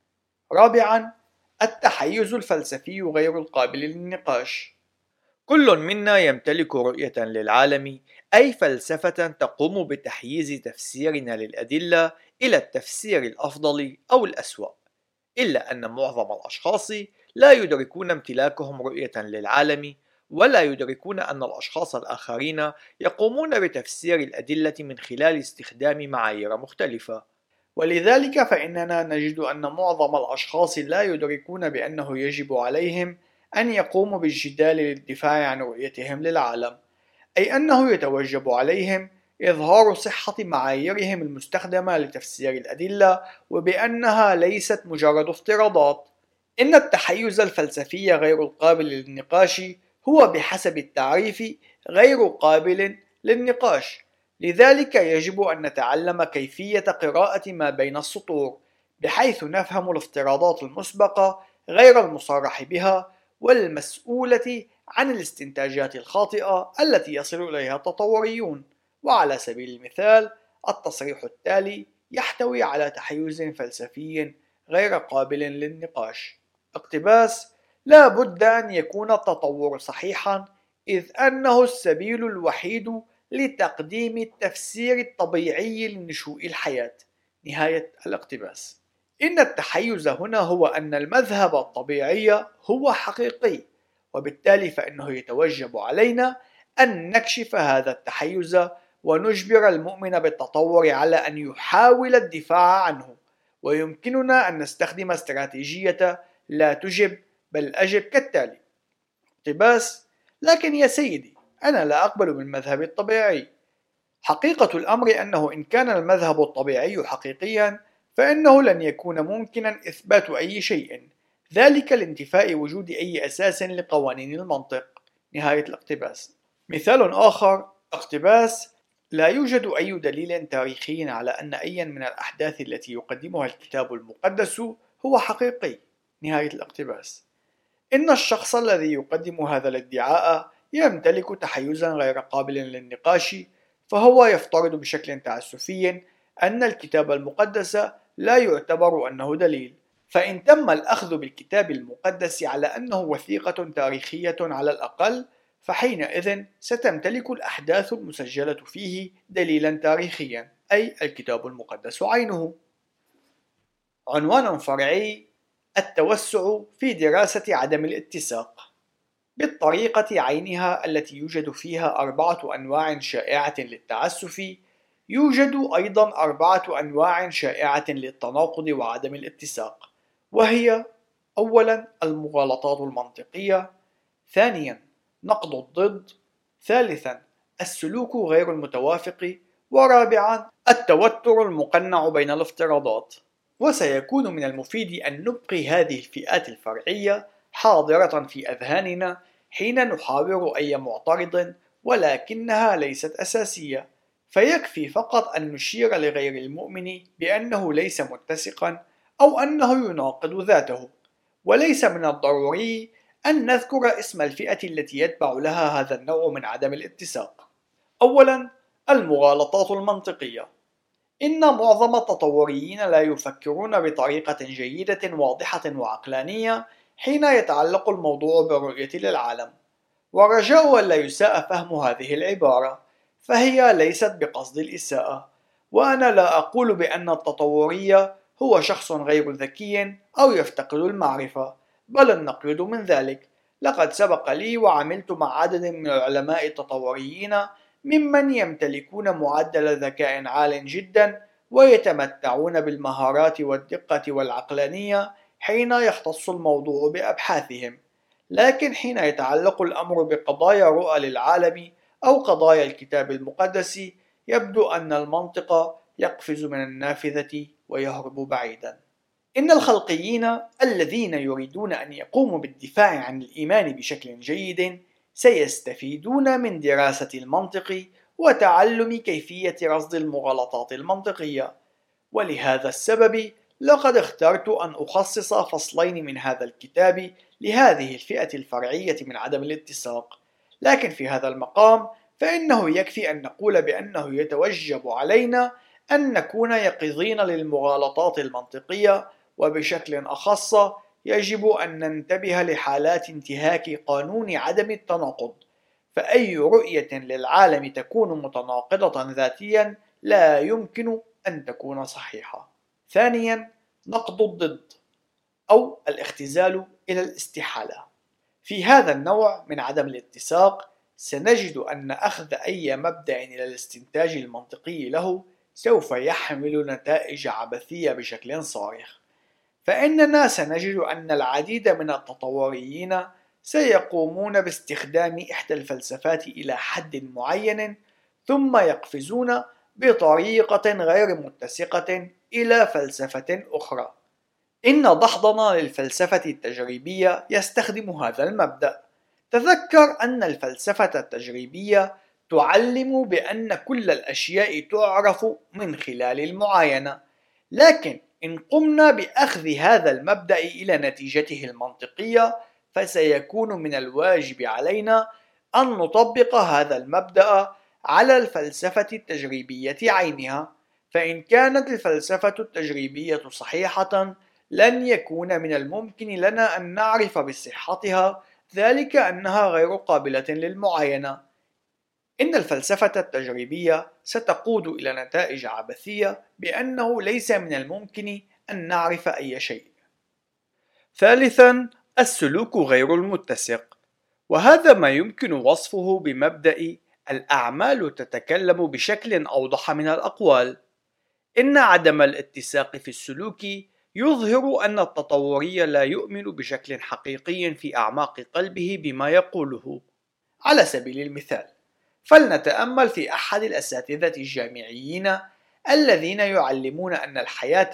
رابعا، التحيز الفلسفي غير القابل للنقاش. كل منا يمتلك رؤية للعالم، أي فلسفة تقوم بتحييز تفسيرنا للأدلة إلى التفسير الأفضل أو الأسوأ، إلا أن معظم الأشخاص لا يدركون امتلاكهم رؤية للعالم، ولا يدركون أن الأشخاص الآخرين يقومون بتفسير الأدلة من خلال استخدام معايير مختلفة. ولذلك فإننا نجد أن معظم الأشخاص لا يدركون بأنه يجب عليهم أن يقوموا بالجدال للدفاع عن رؤيتهم للعالم، أي أنه يتوجب عليهم إظهار صحة معاييرهم المستخدمة لتفسير الأدلة، وبأنها ليست مجرد افتراضات. إن التحيز الفلسفي غير القابل للنقاش هو بحسب التعريف غير قابل للنقاش، لذلك يجب أن نتعلم كيفية قراءة ما بين السطور، بحيث نفهم الافتراضات المسبقة غير المصرح بها والمسؤولة عن الاستنتاجات الخاطئة التي يصل إليها التطوريون. وعلى سبيل المثال، التصريح التالي يحتوي على تحيز فلسفي غير قابل للنقاش. اقتباس: لا بد أن يكون التطور صحيحا، إذ أنه السبيل الوحيد لتقديم التفسير الطبيعي لنشوء الحياة. نهاية الاقتباس. إن التحيز هنا هو أن المذهب الطبيعي هو حقيقي، وبالتالي فإنه يتوجب علينا أن نكشف هذا التحيز ونجبر المؤمن بالتطور على أن يحاول الدفاع عنه. ويمكننا أن نستخدم استراتيجية لا تجب بل أجب كالتالي: اقتباس: لكن يا سيدي، أنا لا أقبل بالمذهب الطبيعي. حقيقة الأمر أنه إن كان المذهب الطبيعي حقيقيا فإنه لن يكون ممكنا إثبات أي شيء، ذلك لانتفاء وجود أي أساس لقوانين المنطق. نهاية الاقتباس. مثال آخر: اقتباس: لا يوجد أي دليل تاريخي على أن أيا من الأحداث التي يقدمها الكتاب المقدس هو حقيقي. نهاية الاقتباس. إن الشخص الذي يقدم هذا الادعاء يمتلك تحيزا غير قابل للنقاش، فهو يفترض بشكل تعسفي أن الكتاب المقدس لا يعتبر أنه دليل، فإن تم الأخذ بالكتاب المقدس على أنه وثيقة تاريخية على الأقل، فحينئذ ستمتلك الأحداث المسجلة فيه دليلا تاريخيا، أي الكتاب المقدس عينه. عنوان فرعي: التوسع في دراسة عدم الاتساق. بالطريقة عينها التي يوجد فيها 4 أنواع شائعة للتعسف، يوجد أيضا 4 أنواع شائعة للتناقض وعدم الاتساق، وهي: أولا المغالطات المنطقية، ثانيا نقد الضد، ثالثا السلوك غير المتوافق، ورابعا التوتر المقنع بين الافتراضات. وسيكون من المفيد أن نبقي هذه الفئات الفرعية حاضرة في أذهاننا حين نحاور أي معترض، ولكنها ليست أساسية، فيكفي فقط أن نشير لغير المؤمن بأنه ليس متسقا أو أنه يناقض ذاته، وليس من الضروري أن نذكر اسم الفئة التي يتبع لها هذا النوع من عدم الاتساق. أولا، المغالطات المنطقية. إن معظم التطوريين لا يفكرون بطريقة جيدة واضحة وعقلانية حين يتعلق الموضوع بالرؤية للعالم، ورجاء ألا يساء فهم هذه العبارة، فهي ليست بقصد الإساءة، وأنا لا أقول بأن التطوري هو شخص غير ذكي أو يفتقد المعرفة، بل النقيض من ذلك. لقد سبق لي وعملت مع عدد من العلماء التطوريين ممن يمتلكون معدل ذكاء عال جدا ويتمتعون بالمهارات والدقة والعقلانية حين يختص الموضوع بأبحاثهم، لكن حين يتعلق الأمر بقضايا رؤى للعالم أو قضايا الكتاب المقدس، يبدو أن المنطق يقفز من النافذة ويهرب بعيدا. إن الخلقيين الذين يريدون أن يقوموا بالدفاع عن الإيمان بشكل جيد سيستفيدون من دراسة المنطق وتعلم كيفية رصد المغالطات المنطقية، ولهذا السبب لقد اخترت أن أخصص فصلين من هذا الكتاب لهذه الفئة الفرعية من عدم الاتساق. لكن في هذا المقام فإنه يكفي أن نقول بأنه يتوجب علينا أن نكون يقظين للمغالطات المنطقية، وبشكل أخص يجب أن ننتبه لحالات انتهاك قانون عدم التناقض، فأي رؤية للعالم تكون متناقضة ذاتيا لا يمكن أن تكون صحيحة. ثانيا، نقد الضد أو الاختزال إلى الاستحالة. في هذا النوع من عدم الاتساق سنجد أن أخذ أي مبدأ إلى الاستنتاج المنطقي له سوف يحمل نتائج عبثية بشكل صارخ، فإننا سنجد أن العديد من التطوريين سيقومون باستخدام إحدى الفلسفات إلى حد معين، ثم يقفزون بطريقة غير متسقة إلى فلسفة أخرى. إن دحضنا للفلسفة التجريبية يستخدم هذا المبدأ. تذكر أن الفلسفة التجريبية تعلم بأن كل الأشياء تعرف من خلال المعاينة، لكن إن قمنا بأخذ هذا المبدأ إلى نتيجته المنطقية فسيكون من الواجب علينا أن نطبق هذا المبدأ على الفلسفة التجريبية عينها، فإن كانت الفلسفة التجريبية صحيحة لن يكون من الممكن لنا أن نعرف بصحتها، ذلك أنها غير قابلة للمعاينة. إن الفلسفة التجريبية ستقود إلى نتائج عبثية بأنه ليس من الممكن أن نعرف أي شيء. ثالثا، السلوك غير المتسق، وهذا ما يمكن وصفه بمبدأ الأعمال تتكلم بشكل أوضح من الأقوال. إن عدم الاتساق في السلوك يظهر أن التطوري لا يؤمن بشكل حقيقي في أعماق قلبه بما يقوله. على سبيل المثال، فلنتأمل في أحد الأساتذة الجامعيين الذين يعلمون أن الحياة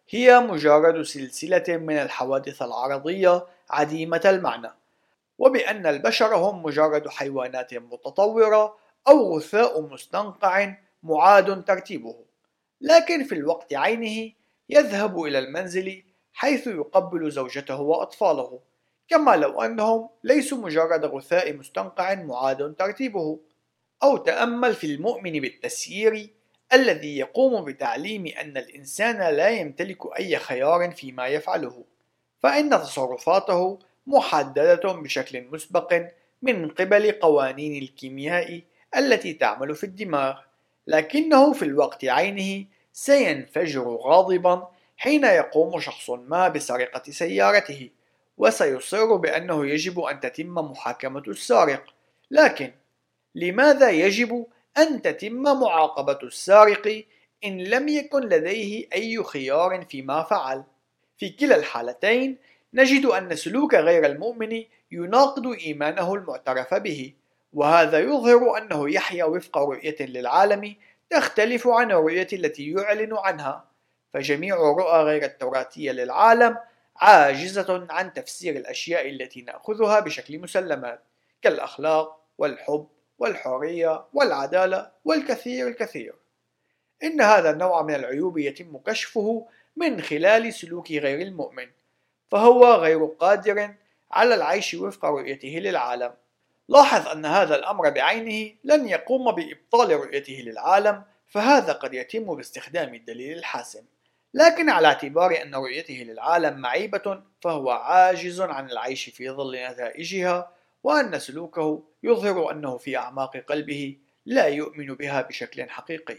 هي مجرد سلسلة من الحوادث العرضية عديمة المعنى، وبأن البشر هم مجرد حيوانات متطورة أو غثاء مستنقع معاد ترتيبه. لكن في الوقت عينه يذهب إلى المنزل حيث يقبل زوجته وأطفاله، كما لو أنهم ليسوا مجرد غثاء مستنقع معاد ترتيبه. أو تأمل في المؤمن بالتسيير الذي يقوم بتعليم أن الإنسان لا يمتلك أي خيار فيما يفعله، فإن تصرفاته محددة بشكل مسبق من قبل قوانين الكيمياء التي تعمل في الدماغ، لكنه في الوقت عينه سينفجر غاضبا حين يقوم شخص ما بسرقة سيارته، وسيصر بأنه يجب أن تتم محاكمة السارق. لكن لماذا يجب أن تتم معاقبة السارق إن لم يكن لديه أي خيار فيما فعل؟ في كلا الحالتين نجد أن سلوك غير المؤمن يناقض إيمانه المعترف به، وهذا يظهر أنه يحيا وفق رؤية للعالم تختلف عن الرؤية التي يعلن عنها. فجميع الرؤى غير التوراتية للعالم عاجزة عن تفسير الأشياء التي نأخذها بشكل مسلمات، كالأخلاق والحب والحرية والعدالة والكثير الكثير. إن هذا النوع من العيوب يتم كشفه من خلال سلوك غير المؤمن، فهو غير قادر على العيش وفق رؤيته للعالم. لاحظ أن هذا الأمر بعينه لن يقوم بإبطال رؤيته للعالم، فهذا قد يتم باستخدام الدليل الحاسم، لكن على اعتبار أن رؤيته للعالم معيبة فهو عاجز عن العيش في ظل نتائجها، وأن سلوكه يظهر أنه في أعماق قلبه لا يؤمن بها بشكل حقيقي.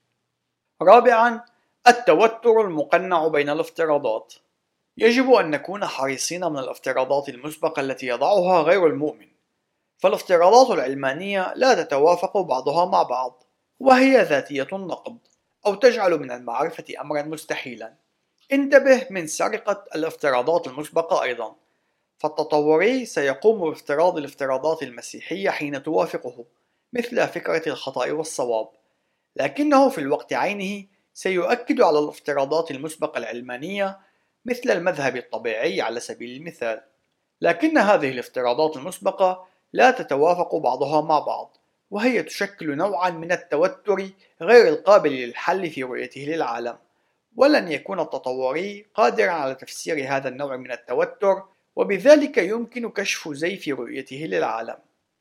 رابعا، التوتر المقنع بين الافتراضات. يجب أن نكون حريصين من الافتراضات المسبقة التي يضعها غير المؤمن، فالافتراضات العلمانية لا تتوافق بعضها مع بعض، وهي ذاتية النقد، أو تجعل من المعرفة أمرا مستحيلا. انتبه من سرقة الافتراضات المسبقة أيضا، فالتطوري سيقوم بافتراض الافتراضات المسيحية حين توافقه، مثل فكرة الخطأ والصواب، لكنه في الوقت عينه سيؤكد على الافتراضات المسبقة العلمانية مثل المذهب الطبيعي على سبيل المثال. لكن هذه الافتراضات المسبقة لا تتوافق بعضها مع بعض، وهي تشكل نوعا من التوتر غير القابل للحل في رؤيته للعالم، ولن يكون التطوري قادرا على تفسير هذا النوع من التوتر، وبذلك يمكن كشف زيف رؤيته للعالم.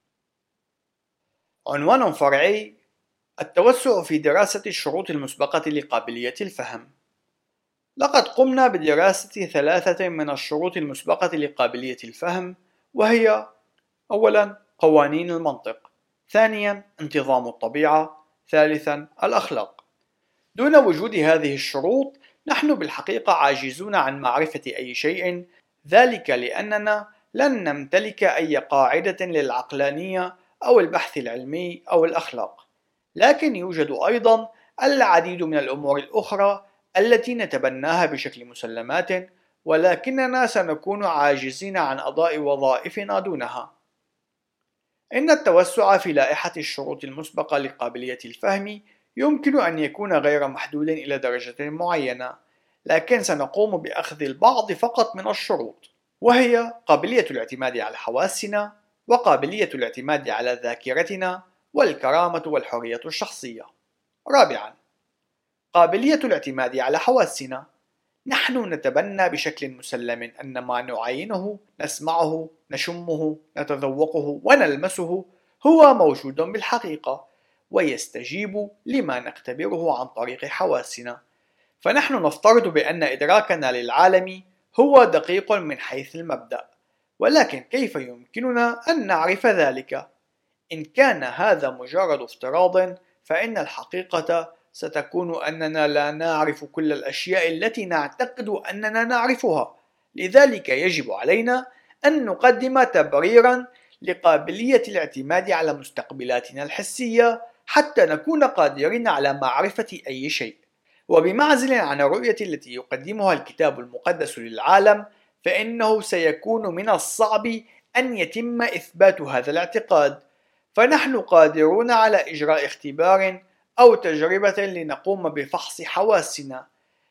عنوان فرعي: التوسع في دراسة الشروط المسبقة لقابلية الفهم. لقد قمنا بدراسة 3 من الشروط المسبقة لقابلية الفهم، وهي: أولا، قوانين المنطق، ثانيا، انتظام الطبيعة، ثالثا، الأخلاق. دون وجود هذه الشروط نحن بالحقيقة عاجزون عن معرفة أي شيء، ذلك لأننا لن نمتلك أي قاعدة للعقلانية أو البحث العلمي أو الأخلاق. لكن يوجد أيضا العديد من الأمور الأخرى التي نتبناها بشكل مسلمات، ولكننا سنكون عاجزين عن أداء وظائفنا دونها. إن التوسع في لائحة الشروط المسبقة لقابلية الفهم يمكن أن يكون غير محدود إلى درجة معينة، لكن سنقوم بأخذ البعض فقط من الشروط، وهي قابلية الاعتماد على حواسنا، وقابلية الاعتماد على ذاكرتنا، والكرامة والحرية الشخصية. رابعا، قابلية الاعتماد على حواسنا. نحن نتبنى بشكل مسلم أن ما نعاينه، نسمعه، نشمه، نتذوقه ونلمسه هو موجود بالحقيقة، ويستجيب لما نختبره عن طريق حواسنا. فنحن نفترض بأن إدراكنا للعالم هو دقيق من حيث المبدأ، ولكن كيف يمكننا أن نعرف ذلك؟ إن كان هذا مجرد افتراض، فإن الحقيقة ستكون أننا لا نعرف كل الأشياء التي نعتقد أننا نعرفها. لذلك يجب علينا أن نقدم تبريرا لقابلية الاعتماد على مستقبلاتنا الحسية حتى نكون قادرين على معرفة أي شيء. وبمعزل عن الرؤية التي يقدمها الكتاب المقدس للعالم، فإنه سيكون من الصعب أن يتم إثبات هذا الاعتقاد، فنحن قادرون على إجراء اختبار أو تجربة لنقوم بفحص حواسنا،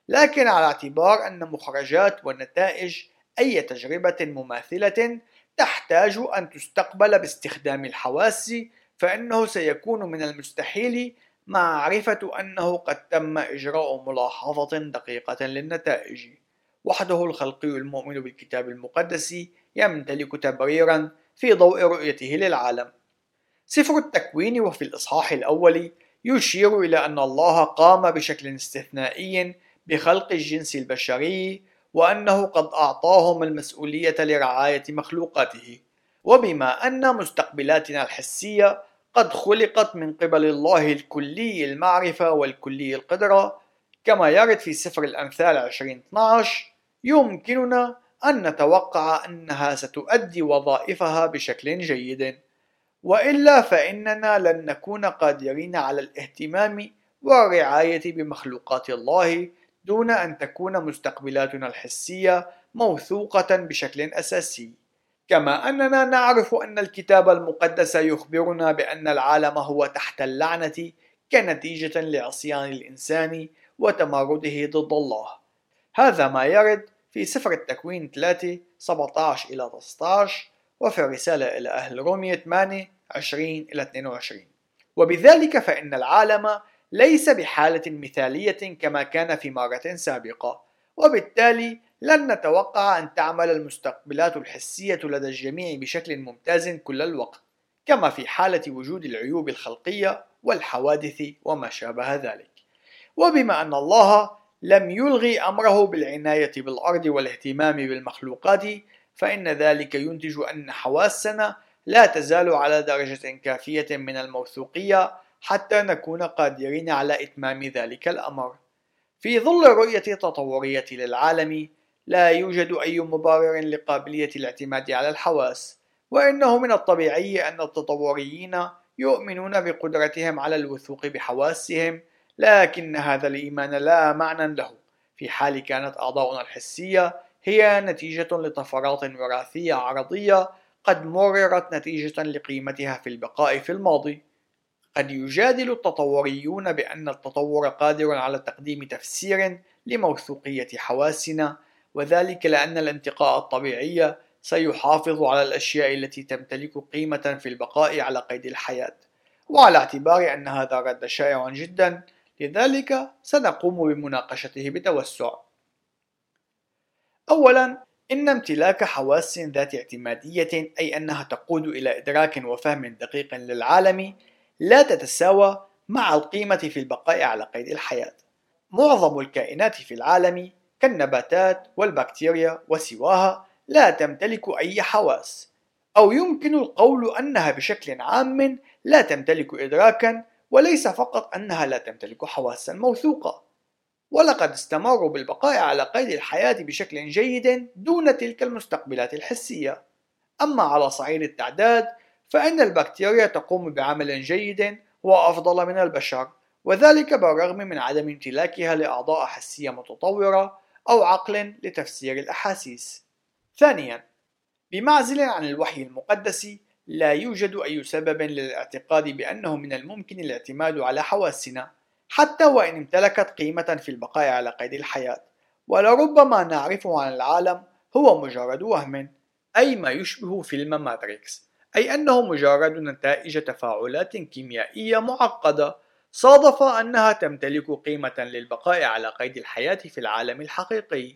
لكن على اعتبار أن مخرجات ونتائج أي تجربة مماثلة تحتاج أن تستقبل باستخدام الحواس، فإنه سيكون من المستحيل معرفة أنه قد تم إجراء ملاحظة دقيقة للنتائج. وحده الخلقي المؤمن بالكتاب المقدس يمتلك تبريرا في ضوء رؤيته للعالم. سفر التكوين وفي الإصحاح الأول يشير إلى أن الله قام بشكل استثنائي بخلق الجنس البشري، وأنه قد أعطاهم المسؤولية لرعاية مخلوقاته. وبما أن مستقبلاتنا الحسية قد خلقت من قبل الله الكلي المعرفة والكلي القدرة، كما يرد في سفر الأمثال 20:12، يمكننا أن نتوقع أنها ستؤدي وظائفها بشكل جيد، وإلا فإننا لن نكون قادرين على الاهتمام والرعاية بمخلوقات الله دون أن تكون مستقبلاتنا الحسية موثوقة بشكل أساسي. كما أننا نعرف أن الكتاب المقدس يخبرنا بأن العالم هو تحت اللعنة كنتيجة لعصيان الإنسان وتمرده ضد الله. هذا ما يرد في سفر التكوين 3:17-19، وفي الرسالة إلى أهل رومية 8:20-22. وبذلك فإن العالم ليس بحالة مثالية كما كان في مرة سابقة، وبالتالي لن نتوقع أن تعمل المستقبلات الحسية لدى الجميع بشكل ممتاز كل الوقت، كما في حالة وجود العيوب الخلقية والحوادث وما شابه ذلك. وبما أن الله لم يلغي أمره بالعناية بالأرض والاهتمام بالمخلوقات، فإن ذلك ينتج أن حواسنا لا تزال على درجة كافية من الموثوقية حتى نكون قادرين على إتمام ذلك الأمر. في ظل الرؤية التطورية للعالم، لا يوجد أي مبرر لقابلية الاعتماد على الحواس، وإنه من الطبيعي أن التطوريين يؤمنون بقدرتهم على الوثوق بحواسهم، لكن هذا الإيمان لا معنى له في حال كانت أعضاؤنا الحسية هي نتيجة لطفرات وراثية عرضية قد مررت نتيجة لقيمتها في البقاء في الماضي. قد يجادل التطوريون بأن التطور قادر على تقديم تفسير لموثوقية حواسنا، وذلك لأن الانتقاء الطبيعي سيحافظ على الأشياء التي تمتلك قيمة في البقاء على قيد الحياة. وعلى اعتبار أن هذا رد شائع جدا، لذلك سنقوم بمناقشته بتوسع. أولا، إن امتلاك حواس ذات اعتمادية، أي أنها تقود إلى إدراك وفهم دقيق للعالم، لا تتساوى مع القيمة في البقاء على قيد الحياة. معظم الكائنات في العالم كالنباتات والبكتيريا وسواها لا تمتلك أي حواس، أو يمكن القول أنها بشكل عام لا تمتلك إدراكا، وليس فقط أنها لا تمتلك حواسا موثوقة، ولقد استمروا بالبقاء على قيد الحياة بشكل جيد دون تلك المستقبلات الحسية. أما على صعيد التعداد، فإن البكتيريا تقوم بعمل جيد وأفضل من البشر، وذلك بالرغم من عدم امتلاكها لأعضاء حسية متطورة أو عقل لتفسير الأحاسيس. ثانيا، بمعزل عن الوحي المقدس، لا يوجد أي سبب للاعتقاد بأنه من الممكن الاعتماد على حواسنا حتى وإن امتلكت قيمة في البقاء على قيد الحياة. ولربما نعرفه عن العالم هو مجرد وهم، أي ما يشبه فيلم ماتريكس، أي أنه مجرد نتائج تفاعلات كيميائية معقدة صادف أنها تمتلك قيمة للبقاء على قيد الحياة في العالم الحقيقي.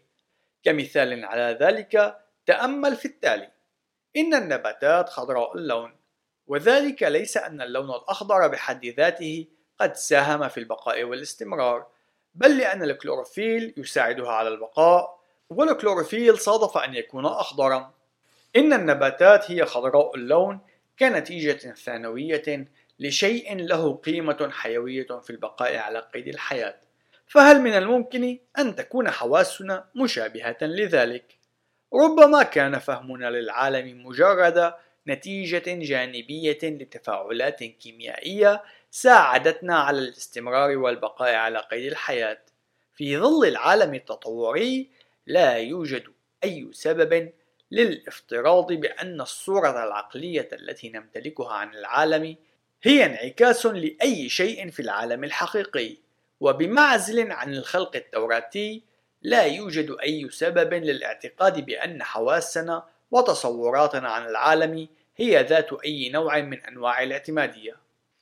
كمثال على ذلك، تأمل في التالي: إن النباتات خضراء اللون، وذلك ليس أن اللون الأخضر بحد ذاته قد ساهم في البقاء والاستمرار، بل لأن الكلوروفيل يساعدها على البقاء، والكلوروفيل صادف أن يكون أخضرا. إن النباتات هي خضراء اللون كنتيجة ثانوية لشيء له قيمة حيوية في البقاء على قيد الحياة. فهل من الممكن أن تكون حواسنا مشابهة لذلك؟ ربما كان فهمنا للعالم مجرد نتيجة جانبية لتفاعلات كيميائية ساعدتنا على الاستمرار والبقاء على قيد الحياة. في ظل العالم التطوري، لا يوجد أي سبب للافتراض بأن الصورة العقلية التي نمتلكها عن العالم هي انعكاس لأي شيء في العالم الحقيقي، وبمعزل عن الخلق التوراتي لا يوجد أي سبب للاعتقاد بأن حواسنا وتصوراتنا عن العالم هي ذات أي نوع من أنواع الاعتمادية.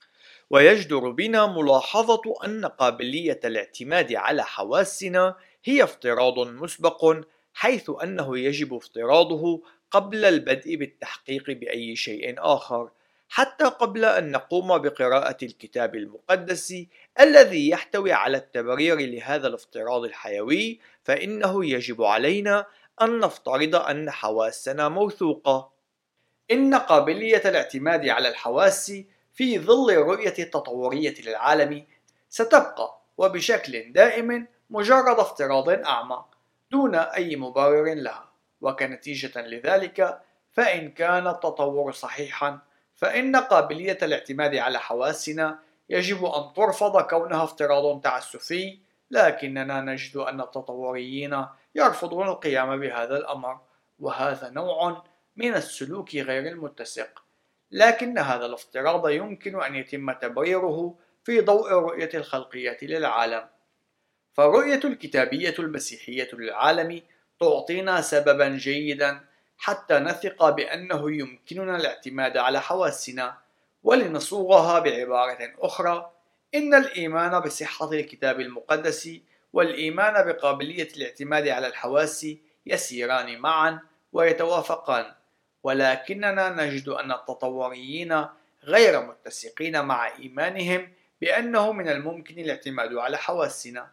ويجدر بنا ملاحظة أن قابلية الاعتماد على حواسنا هي افتراض مسبق، حيث أنه يجب افتراضه قبل البدء بالتحقيق بأي شيء آخر، حتى قبل أن نقوم بقراءة الكتاب المقدس الذي يحتوي على التبرير لهذا الافتراض الحيوي، فإنه يجب علينا أن نفترض أن حواسنا موثوقة. إن قابلية الاعتماد على الحواس في ظل الرؤية التطورية للعالم ستبقى وبشكل دائم مجرد افتراض أعمى دون أي مبرر لها، وكنتيجة لذلك فإن كان التطور صحيحا فإن قابلية الاعتماد على حواسنا يجب أن ترفض كونها افتراض تعسفي، لكننا نجد أن التطوريين يرفضون القيام بهذا الأمر، وهذا نوع من السلوك غير المتسق. لكن هذا الافتراض يمكن أن يتم تبريره في ضوء الرؤية الخلقية للعالم، فالرؤية الكتابية المسيحية للعالم تعطينا سببا جيدا حتى نثق بأنه يمكننا الاعتماد على حواسنا. ولنصوغها بعبارة أخرى، إن الإيمان بصحة الكتاب المقدس والإيمان بقابلية الاعتماد على الحواس يسيران معا ويتوافقان، ولكننا نجد أن التطوريين غير متسقين مع إيمانهم بأنه من الممكن الاعتماد على حواسنا.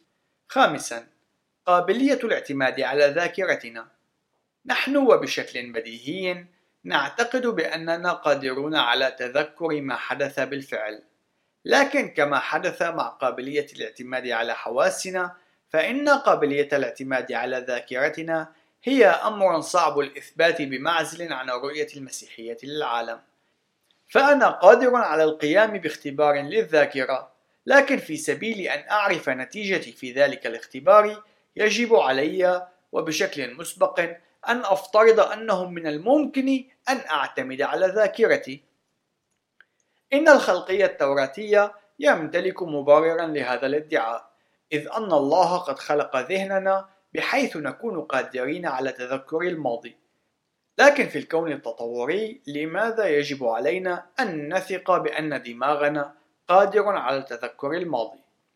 خامسا، قابلية الاعتماد على ذاكرتنا. نحن وبشكل بديهي نعتقد بأننا قادرون على تذكر ما حدث بالفعل، لكن كما حدث مع قابلية الاعتماد على حواسنا، فإن قابلية الاعتماد على ذاكرتنا هي أمر صعب الإثبات بمعزل عن الرؤية المسيحية للعالم. فأنا قادر على القيام باختبار للذاكرة، لكن في سبيل أن أعرف نتيجتي في ذلك الاختبار يجب علي وبشكل مسبق أن أفترض أنه من الممكن أن أعتمد على ذاكرتي. إن الخلقية التوراتية يمتلك مبررا لهذا الادعاء، إذ أن الله قد خلق ذهننا بحيث نكون قادرين على تذكر الماضي. لكن في الكون التطوري لماذا يجب علينا أن نثق بأن دماغنا قادر على تذكر الماضي؟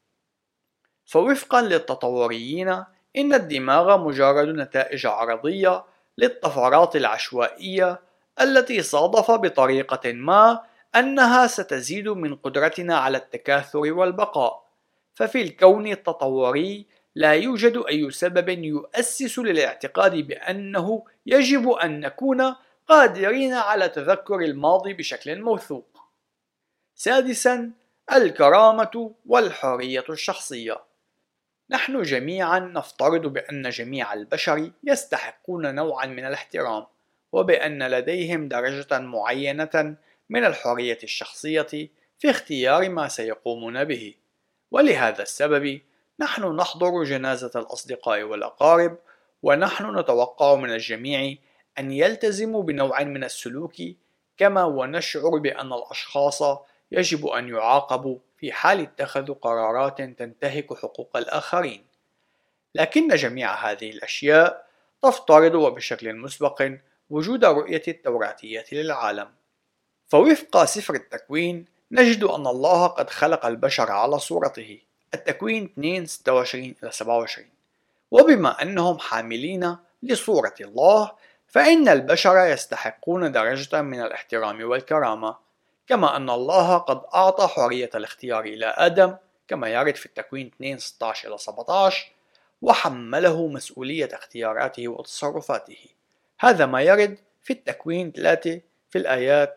فوفقا للتطوريين إن الدماغ مجرد نتائج عرضية للطفرات العشوائية التي صادف بطريقة ما أنها ستزيد من قدرتنا على التكاثر والبقاء. ففي الكون التطوري لا يوجد أي سبب يؤسس للاعتقاد بأنه يجب أن نكون قادرين على تذكر الماضي بشكل موثوق. سادسا، الكرامة والحرية الشخصية. نحن جميعا نفترض بأن جميع البشر يستحقون نوعا من الاحترام، وبأن لديهم درجة معينة من الحرية الشخصية في اختيار ما سيقومون به. ولهذا السبب نحن نحضر جنازة الأصدقاء والأقارب، ونحن نتوقع من الجميع أن يلتزموا بنوع من السلوك، كما ونشعر بأن الأشخاص يجب أن يعاقبوا في حال اتخذوا قرارات تنتهك حقوق الآخرين. لكن جميع هذه الأشياء تفترض وبشكل مسبق وجود الرؤية التوراتية للعالم. فوفق سفر التكوين نجد أن الله قد خلق البشر على صورته، التكوين 2:26-27، وبما أنهم حاملين لصورة الله فإن البشر يستحقون درجة من الاحترام والكرامة، كما أن الله قد أعطى حرية الاختيار إلى آدم كما يرد في التكوين 2:16-17، وحمله مسؤولية اختياراته وتصرفاته. هذا ما يرد في التكوين 3 في الآيات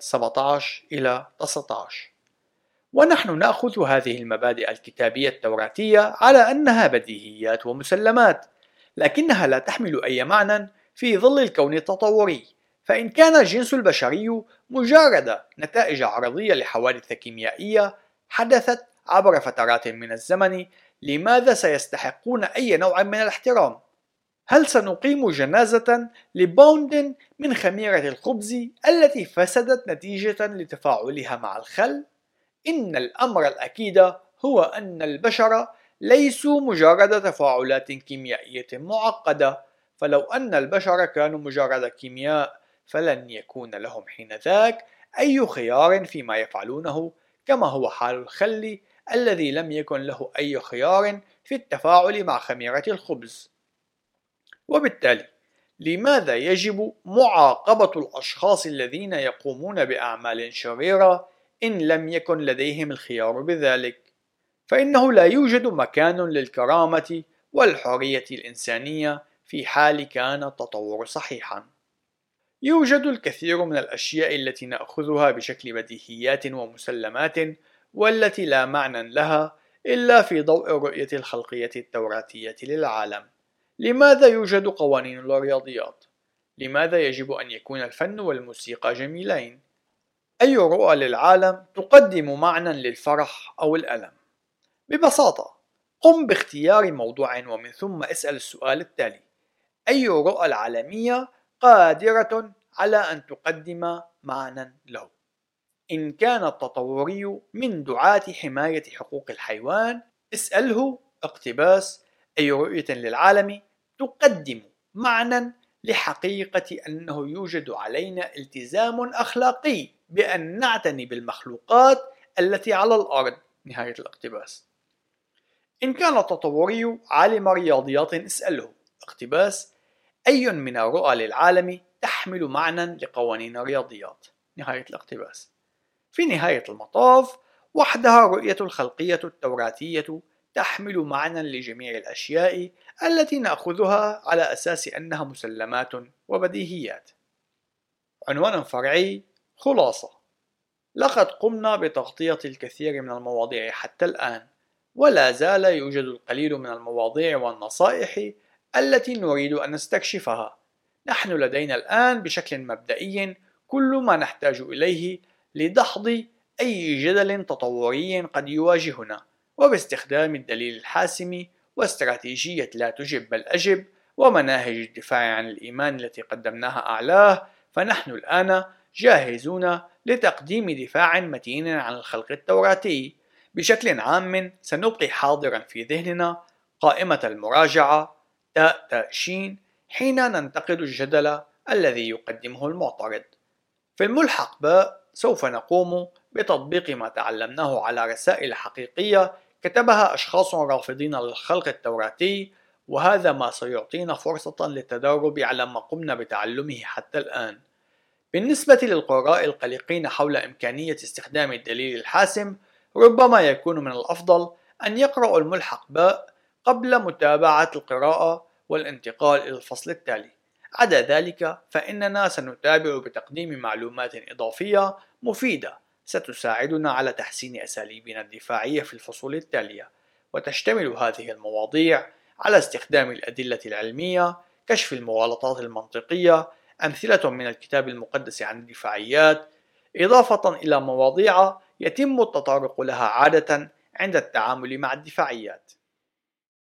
17-19. ونحن نأخذ هذه المبادئ الكتابية التوراتية على أنها بديهيات ومسلمات، لكنها لا تحمل أي معنى في ظل الكون التطوري. فإن كان الجنس البشري مجرد نتائج عرضية لحوادث كيميائية حدثت عبر فترات من الزمن، لماذا سيستحقون أي نوع من الاحترام؟ هل سنقيم جنازة لباوند من خميرة الخبز التي فسدت نتيجة لتفاعلها مع الخل؟ إن الأمر الأكيد هو أن البشر ليسوا مجرد تفاعلات كيميائية معقدة، فلو أن البشر كانوا مجرد كيمياء فلن يكون لهم حينذاك أي خيار فيما يفعلونه، كما هو حال الخل الذي لم يكن له أي خيار في التفاعل مع خميرة الخبز. وبالتالي لماذا يجب معاقبة الأشخاص الذين يقومون بأعمال شريرة إن لم يكن لديهم الخيار بذلك؟ فإنه لا يوجد مكان للكرامة والحرية الإنسانية في حال كان التطور صحيحا. يوجد الكثير من الأشياء التي نأخذها بشكل بديهيات ومسلمات والتي لا معنى لها إلا في ضوء الرؤية الخلقية التوراتية للعالم. لماذا يوجد قوانين الرياضيات؟ لماذا يجب أن يكون الفن والموسيقى جميلين؟ أي رؤى للعالم تقدم معنى للفرح أو الألم؟ ببساطة، قم باختيار موضوع ومن ثم اسأل السؤال التالي: أي رؤى العالمية قادرة على أن تقدم معنى له؟ إن كان التطوري من دعاة حماية حقوق الحيوان، اسأله اقتباس: أي رؤية للعالم تقدم معنى لحقيقة أنه يوجد علينا التزام أخلاقي بأن نعتني بالمخلوقات التي على الأرض. نهاية الاقتباس. إن كان التطوري عالم رياضيات، اسأله اقتباس: أي من الرؤى للعالم تحمل معنى لقوانين الرياضيات. نهاية الاقتباس. في نهاية المطاف، وحدها الرؤية الخلقية التوراتية تحمل معنى لجميع الأشياء التي نأخذها على أساس أنها مسلمات وبديهيات. عنوان فرعي: خلاصة. لقد قمنا بتغطية الكثير من المواضيع حتى الآن، ولا زال يوجد القليل من المواضيع والنصائح التي نريد أن نستكشفها. نحن لدينا الآن بشكل مبدئي كل ما نحتاج إليه لدحض أي جدل تطوري قد يواجهنا، وباستخدام الدليل الحاسم واستراتيجية لا تجب بل أجب ومناهج الدفاع عن الإيمان التي قدمناها أعلاه، فنحن الآن جاهزون لتقديم دفاع متين عن الخلق التوراتي. بشكل عام سنبقي حاضرا في ذهننا قائمة المراجعة تاء تاء شين حين ننتقد الجدل الذي يقدمه المعترض. في الملحق باء سوف نقوم بتطبيق ما تعلمناه على رسائل حقيقية كتبها أشخاص رافضين للخلق التوراتي، وهذا ما سيعطينا فرصة للتدرب على ما قمنا بتعلمه حتى الآن. بالنسبة للقراء القلقين حول إمكانية استخدام الدليل الحاسم، ربما يكون من الأفضل أن يقرأوا الملحق باء قبل متابعة القراءة والانتقال إلى الفصل التالي. عدا ذلك فإننا سنتابع بتقديم معلومات إضافية مفيدة ستساعدنا على تحسين أساليبنا الدفاعية في الفصول التالية، وتشتمل هذه المواضيع على استخدام الأدلة العلمية، كشف المغالطات المنطقية، أمثلة من الكتاب المقدس عن الدفاعيات، إضافة إلى مواضيع يتم التطرق لها عادة عند التعامل مع الدفاعيات.